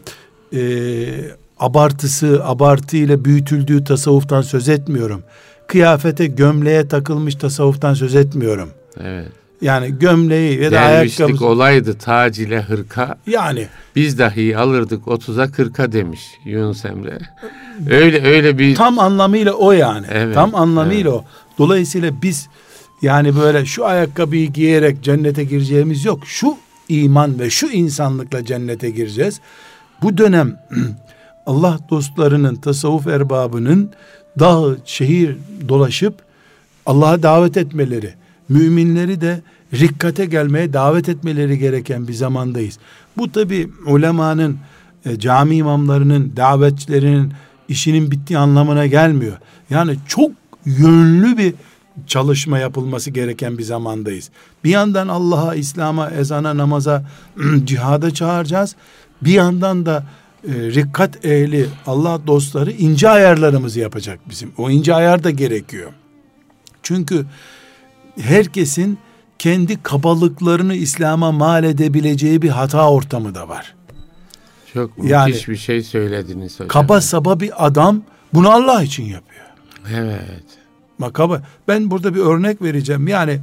abartıyla büyütüldüğü tasavvuftan söz etmiyorum. Kıyafete, gömleğe takılmış tasavvuftan söz etmiyorum. Evet. Yani gömleği ya da Dervişlik ayakkabı. olaydı tac ile hırka. Yani Biz dahi alırdık 30'a 40'a demiş Yunus Emre. Öyle bir tam anlamıyla o yani. Evet, Tam anlamıyla o. Dolayısıyla biz yani böyle şu ayakkabıyı giyerek cennete gireceğimiz yok. Şu iman ve şu insanlıkla cennete gireceğiz. Bu dönem Allah dostlarının, tasavvuf erbabının dağ, şehir dolaşıp Allah'a davet etmeleri, müminleri de rikkate gelmeye davet etmeleri gereken bir zamandayız. Bu tabi ulemanın, cami imamlarının, davetçilerinin işinin bittiği anlamına gelmiyor. Yani çok yönlü bir çalışma yapılması gereken bir zamandayız. Bir yandan Allah'a, İslam'a, ezana, namaza, cihada çağıracağız. Bir yandan da rikkat ehli, Allah dostları ince ayarlarımızı yapacak bizim. O ince ayar da gerekiyor. Çünkü herkesin kendi kabalıklarını İslam'a mal edebileceği bir hata ortamı da var. çok müthiş Yani, bir şey söylediniz hocam. Kaba saba bir adam bunu Allah için yapıyor. Evet. Kaba. Ben burada bir örnek vereceğim. Yani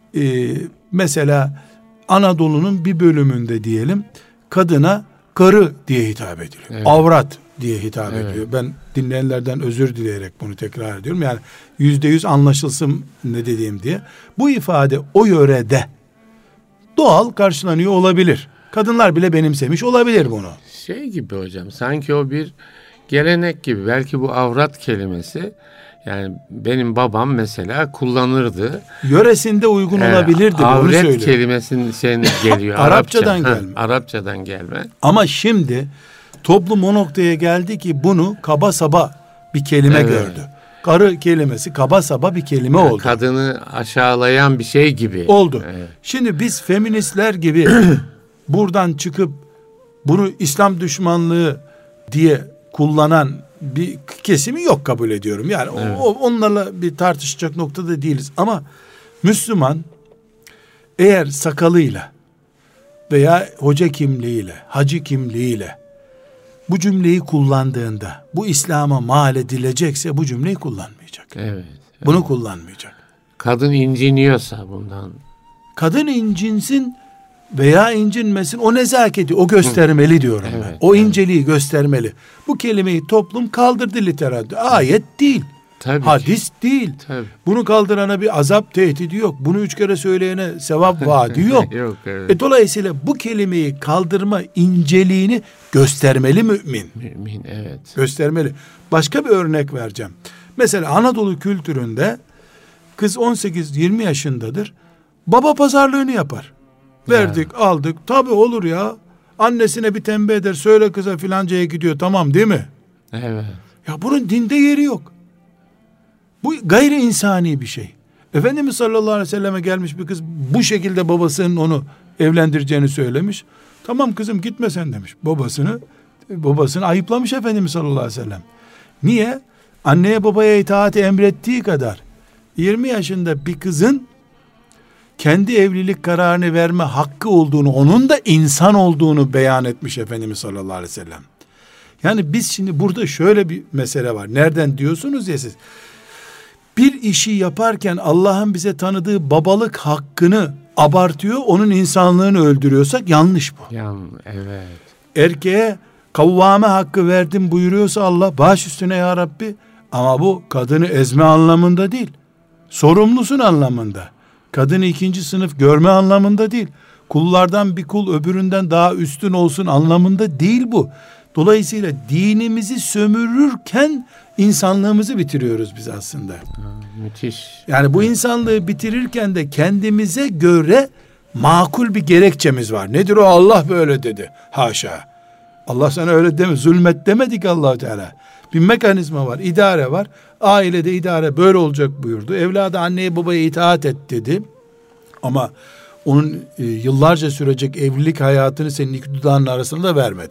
mesela Anadolu'nun bir bölümünde diyelim kadına karı diye hitap ediliyor. Evet. Avrat diye hitap Evet. ediyor. Ben dinleyenlerden özür dileyerek bunu tekrar ediyorum. Yani %100 anlaşılsın ne dediğim diye. Bu ifade o yörede doğal karşılanıyor olabilir. Kadınlar bile benimsemiş olabilir bunu. Şey gibi hocam, sanki o bir gelenek gibi. Belki bu avrat kelimesi, yani benim babam mesela kullanırdı. Yöresinde uygun olabilirdi. Avret kelimesinin geliyor. Arapçadan gelme. Arapçadan gelme. Ama şimdi toplum o noktaya geldi ki bunu kaba saba bir kelime gördü. Karı kelimesi kaba saba bir kelime oldu. Kadını aşağılayan bir şey gibi. Oldu. Evet. Şimdi biz feministler gibi buradan çıkıp bunu İslam düşmanlığı diye kullanan bir kesimi yok, kabul ediyorum. Yani onlarla bir tartışacak noktada değiliz. Ama Müslüman eğer sakalıyla veya hoca kimliğiyle, hacı kimliğiyle bu cümleyi kullandığında bu İslam'a mal edilecekse bu cümleyi kullanmayacak. Evet. Bunu kullanmayacak. Kadın inciniyorsa bundan. Kadın incinsin veya incinmesin, o nezaketi o göstermeli diyorum ben. O inceliği göstermeli. Bu kelimeyi toplum kaldırdı literatürde. Ayet değil. Tabii Hadis değil. Tabii. Bunu kaldırana bir azap tehdidi yok. Bunu 3 kere söyleyene sevap vaadi yok. Yok, evet. Dolayısıyla bu kelimeyi kaldırma inceliğini göstermeli mümin. Mümin, evet. Göstermeli. Başka bir örnek vereceğim. Mesela Anadolu kültüründe kız 18-20 yaşındadır. Baba pazarlığını yapar. Verdik, aldık. Tabii olur ya. Annesine bir tembih eder. Söyle kıza filancaya gidiyor. Tamam değil mi? Evet. Ya bunun dinde yeri yok. Bu gayri insani bir şey. Efendimiz sallallahu aleyhi ve selleme gelmiş bir kız bu şekilde babasının onu evlendireceğini söylemiş. Tamam kızım gitme sen demiş. Babasını ayıplamış Efendimiz sallallahu aleyhi ve sellem. Niye? Anneye babaya itaati emrettiği kadar 20 yaşında bir kızın kendi evlilik kararını verme hakkı olduğunu, onun da insan olduğunu beyan etmiş Efendimiz sallallahu aleyhi ve sellem. Yani biz şimdi burada şöyle bir mesele var. Nereden diyorsunuz ya siz? Bir işi yaparken Allah'ın bize tanıdığı babalık hakkını abartıyor, onun insanlığını öldürüyorsak yanlış bu. Evet. Erkeğe kavvame hakkı verdim buyuruyorsa Allah, baş üstüne ya Rabbi, ama bu kadını ezme anlamında değil. Sorumlusun anlamında. Kadını ikinci sınıf görme anlamında değil. Kullardan bir kul öbüründen daha üstün olsun anlamında değil bu. Dolayısıyla dinimizi sömürürken insanlığımızı bitiriyoruz biz aslında. Müthiş. Yani bu insanlığı bitirirken de kendimize göre makul bir gerekçemiz var. Nedir o? Allah böyle dedi. Haşa. Allah sana öyle deme, zulmet demedik Allah Teala. Bir mekanizma var, idare var. Ailede idare böyle olacak buyurdu. Evladı anneye babaya itaat et dedi. Ama onun yıllarca sürecek evlilik hayatını senin iki dudağının arasında da vermedi.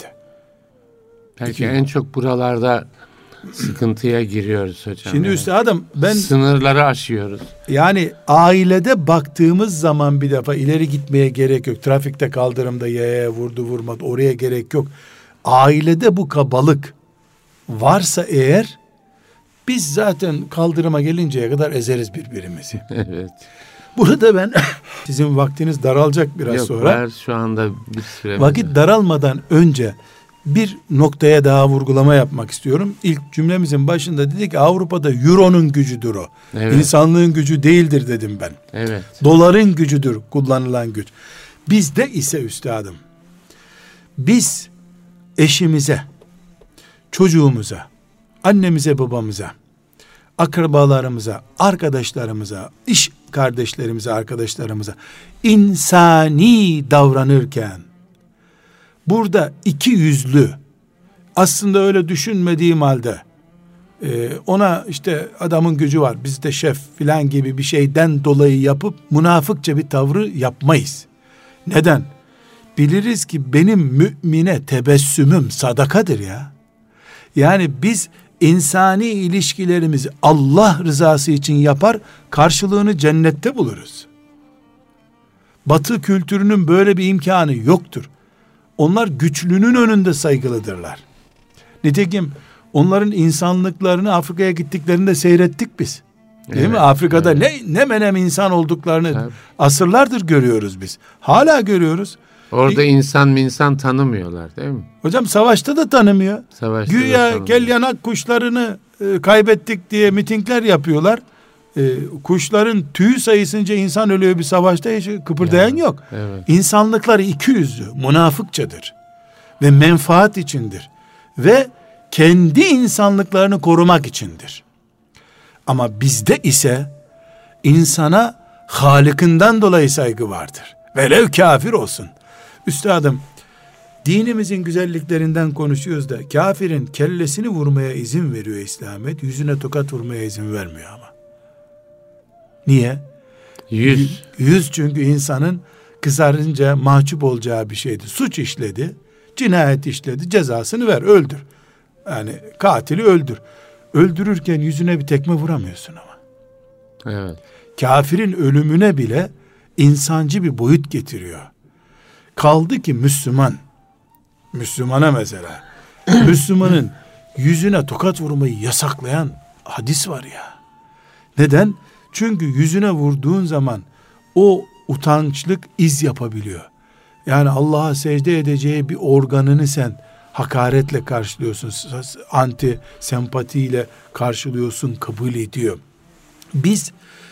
Belki en çok buralarda sıkıntıya giriyoruz hocam. Şimdi üstadım sınırları aşıyoruz. Yani ailede baktığımız zaman bir defa ileri gitmeye gerek yok. Trafikte kaldırımda yaya vurdu vurmadı oraya gerek yok. Ailede bu kabalık varsa eğer biz zaten kaldırıma gelinceye kadar ezeriz birbirimizi. Evet. Burada ben sizin vaktiniz daralacak biraz sonra. Yok, şu anda bir süre. Vakit daralmadan önce bir noktaya daha vurgulama yapmak istiyorum. İlk cümlemizin başında dedik ki Avrupa'da euronun gücüdür o. Evet. İnsanlığın gücü değildir dedim ben. Evet. Doların gücüdür kullanılan güç. Bizde ise üstadım, biz eşimize, çocuğumuza, annemize, babamıza, akrabalarımıza, arkadaşlarımıza, iş kardeşlerimize, arkadaşlarımıza insani davranırken burada iki yüzlü, aslında öyle düşünmediğim halde ona işte adamın gücü var, bizde şef filan gibi bir şeyden dolayı yapıp münafıkça bir tavrı yapmayız. Neden? Biliriz ki benim mümine tebessümüm sadakadır ya. Yani biz insani ilişkilerimizi Allah rızası için yapar, karşılığını cennette buluruz. Batı kültürünün böyle bir imkanı yoktur. Onlar güçlünün önünde saygılıdırlar. Nitekim onların insanlıklarını Afrika'ya gittiklerinde seyrettik biz. Değil mi? Afrika'da ne menem insan olduklarını asırlardır görüyoruz biz. Hala görüyoruz. Orada insan tanımıyorlar değil mi? Hocam savaşta da tanımıyor. Güya gel yanak kuşlarını kaybettik diye mitingler yapıyorlar. Kuşların tüy sayısınca insan ölüyor bir savaşta, hiç kıpırdayan yok. Evet. İnsanlıkları ikiyüzlü, münafıkçadır. Ve menfaat içindir. Ve kendi insanlıklarını korumak içindir. Ama bizde ise insana Halık'ından dolayı saygı vardır. Velev kafir olsun. Üstadım, dinimizin güzelliklerinden konuşuyoruz da kafirin kellesini vurmaya izin veriyor İslamiyet, yüzüne tokat vurmaya izin vermiyor ama. Niye? Yüz çünkü insanın kızarınca mahcup olacağı bir şeydi. Suç işledi, cinayet işledi, cezasını ver, öldür. Yani katili öldür. Öldürürken yüzüne bir tekme vuramıyorsun ama. Evet. Kafirin ölümüne bile insancı bir boyut getiriyor. Kaldı ki Müslümana mesela, Müslümanın yüzüne tokat vurmayı yasaklayan hadis var ya. Neden? Çünkü yüzüne vurduğun zaman o utançlık iz yapabiliyor. Yani Allah'a secde edeceği bir organını sen hakaretle karşılıyorsun, anti sempatiyle karşılıyorsun, kabul ediyor. Biz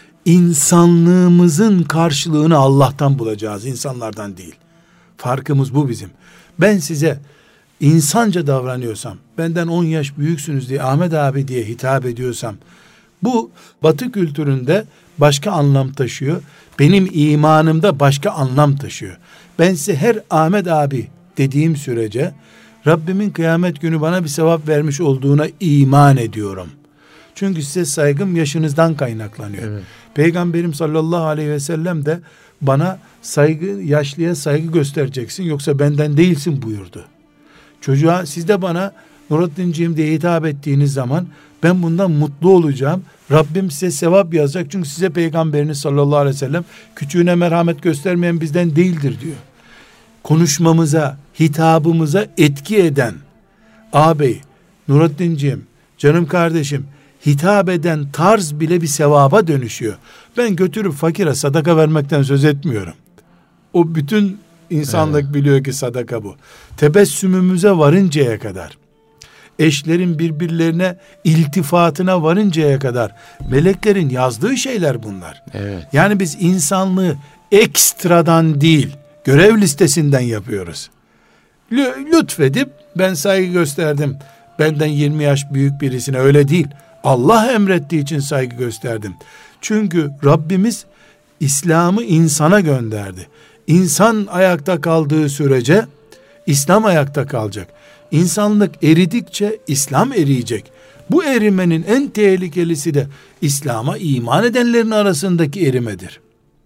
insanlığımızın karşılığını Allah'tan bulacağız, insanlardan değil. Farkımız bu bizim. Ben size insanca davranıyorsam, benden 10 yaş büyüksünüz diye Ahmet abi diye hitap ediyorsam, bu Batı kültüründe başka anlam taşıyor. Benim imanımda başka anlam taşıyor. Ben size her Ahmet abi dediğim sürece Rabbimin kıyamet günü bana bir sevap vermiş olduğuna iman ediyorum. Çünkü size saygım yaşınızdan kaynaklanıyor. Evet. Peygamberim sallallahu aleyhi ve sellem de bana saygı, yaşlıya saygı göstereceksin yoksa benden değilsin buyurdu. Çocuğa siz de bana Nurattinciğim diye hitap ettiğiniz zaman ben bundan mutlu olacağım. Rabbim size sevap yazacak çünkü size Peygamberiniz sallallahu aleyhi ve sellem küçüğüne merhamet göstermeyen bizden değildir diyor. Konuşmamıza, hitabımıza etki eden ağabey, Nurattinciğim, canım kardeşim hitap eden tarz bile bir sevaba dönüşüyor. Ben götürüp fakire sadaka vermekten söz etmiyorum. O bütün insanlık biliyor ki sadaka bu. Tebessümümüze varıncaya kadar, eşlerin birbirlerine iltifatına varıncaya kadar meleklerin yazdığı şeyler bunlar. Evet. Yani biz insanlığı ekstradan değil, görev listesinden yapıyoruz. Lütfedip ben saygı gösterdim, benden 20 yaş büyük birisine, öyle değil. Allah emrettiği için saygı gösterdim. Çünkü Rabbimiz İslam'ı insana gönderdi. İnsan ayakta kaldığı sürece İslam ayakta kalacak. İnsanlık eridikçe İslam eriyecek. Bu erimenin en tehlikelisi de İslam'a iman edenlerin arasındaki erimedir.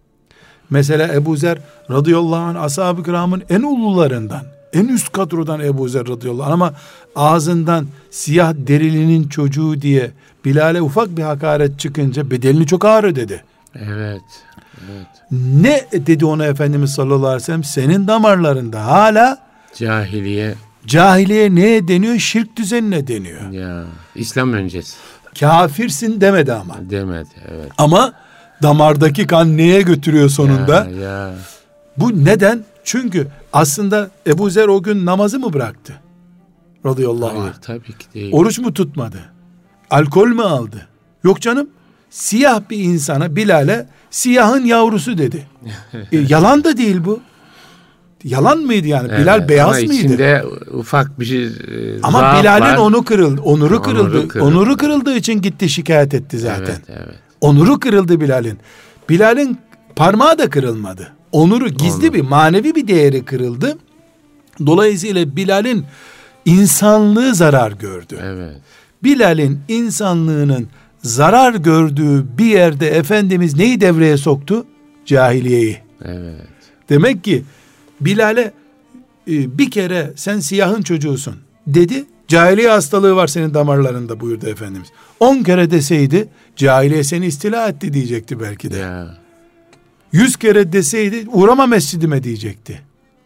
Mesela Ebu Zer radıyallahu anh ashab-ı kiramın en ulularından, en üst kadrodan Ebu Zer radıyallahu anh, ama ağzından siyah derilinin çocuğu diye Bilal'e ufak bir hakaret çıkınca bedelini çok ağır ödedi. Evet. Evet. Ne dedi ona Efendimiz sallallahu aleyhi ve sellem? Senin damarlarında hala cahiliye. Cahiliye neye deniyor? Şirk düzenine deniyor. Ya, İslam öncesi. Kafirsin demedi ama. Demedi, evet. Ama damardaki kan neye götürüyor sonunda? Ya. Bu neden? Çünkü aslında Ebu Zer o gün namazı mı bıraktı? Radıyallahu anh. Tabii ki değil. Oruç mu tutmadı? Alkol mü aldı? Yok canım. Siyah bir insana, Bilal'e siyahın yavrusu dedi. Yalan da değil bu. Yalan mıydı yani? Evet, Bilal beyaz mıydı? İçinde ufak bir şey ama Bilal'in onuru kırıldı. Onuru kırıldığı için gitti şikayet etti zaten. Evet. Onuru kırıldı Bilal'in. Bilal'in parmağı da kırılmadı. Onuru gizli bir manevi bir değeri kırıldı. Dolayısıyla Bilal'in insanlığı zarar gördü. Evet. Bilal'in insanlığının zarar gördüğü bir yerde Efendimiz neyi devreye soktu? Cahiliyeyi. Evet. Demek ki Bilal'e bir kere sen siyahın çocuğusun dedi. Cahiliye hastalığı var senin damarlarında buyurdu Efendimiz. 10 kere deseydi cahiliye seni istila etti diyecekti belki de. Ya. 100 kere deseydi uğrama mescidime diyecekti.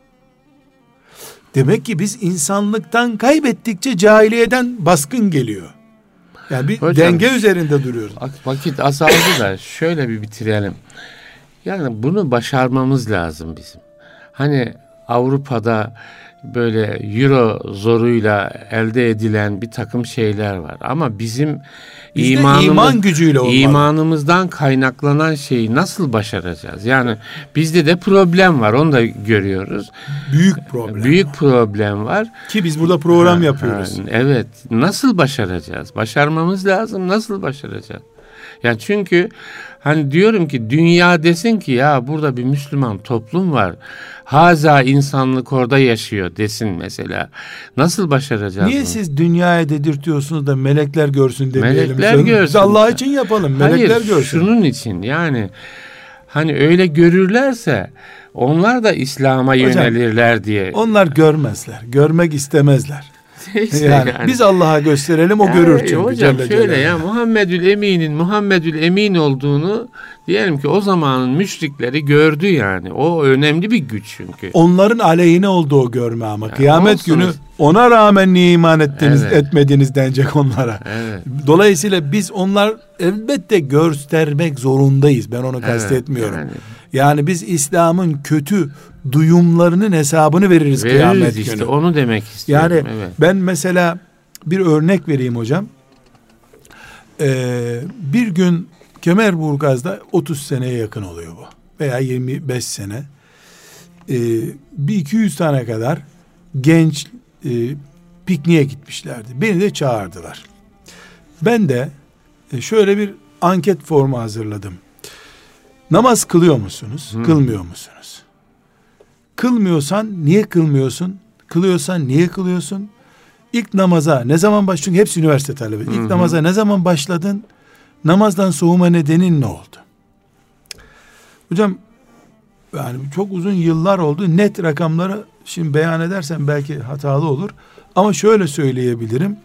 Demek ki biz insanlıktan kaybettikçe cahiliyeden baskın geliyor. Yani bir hocam, denge üzerinde duruyoruz. Vakit azaldı da şöyle bir bitirelim. Yani bunu başarmamız lazım bizim. Hani Avrupa'da böyle euro zoruyla elde edilen bir takım şeyler var. Ama bizim iman gücüyle olmalı. İmanımızdan kaynaklanan şeyi nasıl başaracağız? Yani bizde de problem var. Onu da görüyoruz. Büyük problem var. Ki biz burada program yapıyoruz. Evet. Nasıl başaracağız? Başarmamız lazım. Nasıl başaracağız? Yani çünkü hani diyorum ki dünya desin ki ya burada bir Müslüman toplum var. Haza insanlık orada yaşıyor desin mesela. Nasıl başaracağız Niye bunu? Siz dünyaya dedirtiyorsunuz da melekler görsün demeyelim. Melekler görsün. Biz Allah için yapalım. Melekler görsün. Şunun için yani hani öyle görürlerse onlar da İslam'a yönelirler diye. Onlar görmezler. Görmek istemezler. Yani biz Allah'a gösterelim, o görür çünkü. Hocam şöyle ya, Muhammedül Emin olduğunu diyelim ki o zamanın müşrikleri gördü yani. O önemli bir güç çünkü. Onların aleyhine oldu o görme ama. Yani kıyamet olsunuz. Günü ona rağmen niye iman ettiniz, etmediniz denecek onlara. Evet. Dolayısıyla biz onlar elbette göstermek zorundayız. Ben onu kastetmiyorum. Yani biz İslam'ın kötü duyumlarının hesabını veririz kıyamet işte günü. onu demek istiyorum. Yani evet. ben mesela bir örnek vereyim hocam. Bir gün Kemerburgaz'da 30 seneye yakın oluyor bu. Veya 25 sene. Bir 200 tane kadar genç pikniğe gitmişlerdi. Beni de çağırdılar. Ben de şöyle bir anket formu hazırladım. Namaz kılıyor musunuz? Kılmıyor musunuz? Kılmıyorsan niye kılmıyorsun? Kılıyorsan niye kılıyorsun? İlk namaza ne zaman başladın? Çünkü hepsi üniversite talebe. İlk namaza ne zaman başladın? Namazdan soğuma nedenin ne oldu? Hocam yani çok uzun yıllar oldu. Net rakamları şimdi beyan edersem belki hatalı olur. Ama şöyle söyleyebilirim.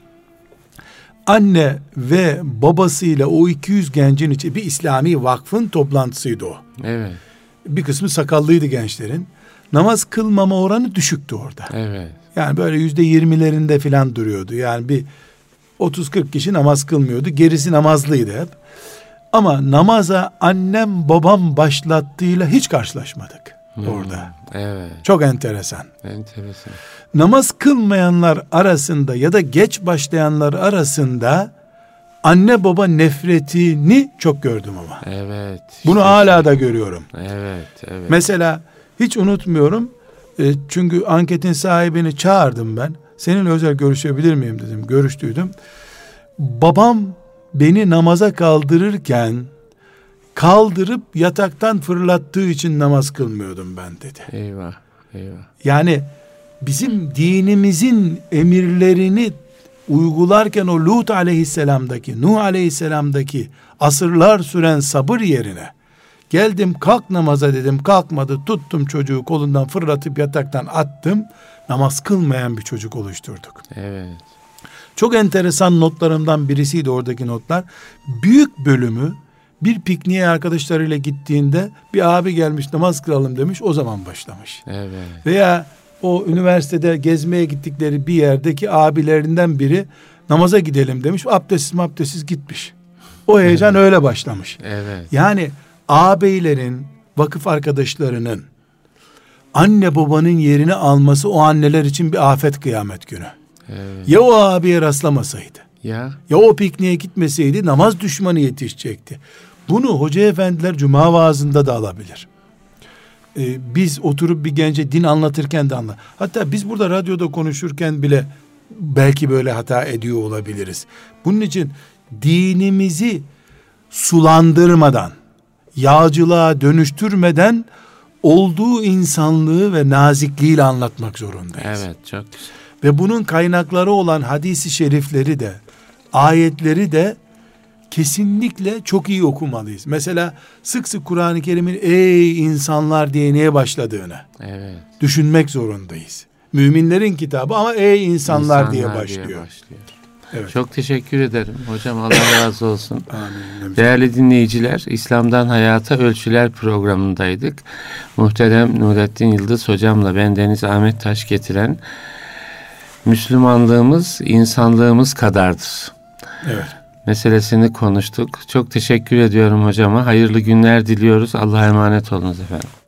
Anne ve babasıyla o 200 gencin içi bir İslami vakfın toplantısıydı o. Evet. Bir kısmı sakallıydı gençlerin. Namaz kılmama oranı düşüktü orada. Evet. Yani böyle %20'lerinde filan duruyordu. Yani bir 30-40 kişi namaz kılmıyordu. Gerisi namazlıydı hep. Ama namaza annem babam başlattığıyla hiç karşılaşmadık orada. Evet. Çok enteresan. Enteresan. Namaz kılmayanlar arasında ya da geç başlayanlar arasında anne baba nefretini çok gördüm ama. Evet. Bunu hala da görüyorum. Evet. Evet. Mesela hiç unutmuyorum. Çünkü anketin sahibini çağırdım ben. Seninle özel görüşebilir miyim dedim. Görüştüydüm. Babam beni namaza kaldırırken kaldırıp yataktan fırlattığı için namaz kılmıyordum ben dedi. Eyvah. Eyvah. Yani bizim dinimizin emirlerini uygularken o Lut aleyhisselamdaki, Nuh aleyhisselamdaki asırlar süren sabır yerine geldim kalk namaza dedim, kalkmadı, tuttum çocuğu kolundan fırlatıp yataktan attım, namaz kılmayan bir çocuk oluşturduk. Evet. Çok enteresan notlarımdan birisiydi oradaki notlar. Büyük bölümü bir pikniğe arkadaşlarıyla gittiğinde bir abi gelmiş namaz kılalım demiş, o zaman başlamış. Evet. Veya o üniversitede gezmeye gittikleri bir yerdeki abilerinden biri namaza gidelim demiş, abdestsiz gitmiş. O heyecan öyle başlamış. Evet. Yani ağabeylerin, vakıf arkadaşlarının anne babanın yerini alması o anneler için bir afet kıyamet günü. Evet. Ya o abiye rastlamasaydı, Ya. ya o pikniğe gitmeseydi namaz düşmanı yetişecekti. Bunu hoca efendiler cuma vaazında da alabilir. Biz oturup bir gence din anlatırken de hatta biz burada radyoda konuşurken bile belki böyle hata ediyor olabiliriz. Bunun için dinimizi sulandırmadan, yağcılığa dönüştürmeden olduğu insanlığı ve nazikliğiyle anlatmak zorundayız. Evet, çok güzel. Ve bunun kaynakları olan hadis-i şerifleri de, ayetleri de kesinlikle çok iyi okumalıyız. Mesela sık sık Kur'an-ı Kerim'in ey insanlar diye neye başladığını düşünmek zorundayız. Müminlerin kitabı ama ey insanlar diye başlıyor. Evet. Çok teşekkür ederim hocam, Allah razı olsun. Amin. Değerli dinleyiciler, İslam'dan Hayata Ölçüler programındaydık. Muhterem Nurettin Yıldız hocamla ben Deniz Ahmet Taş getiren Müslümanlığımız insanlığımız kadardır. Evet. Meselesini konuştuk. Çok teşekkür ediyorum hocama. Hayırlı günler diliyoruz. Allah'a emanet olunuz efendim.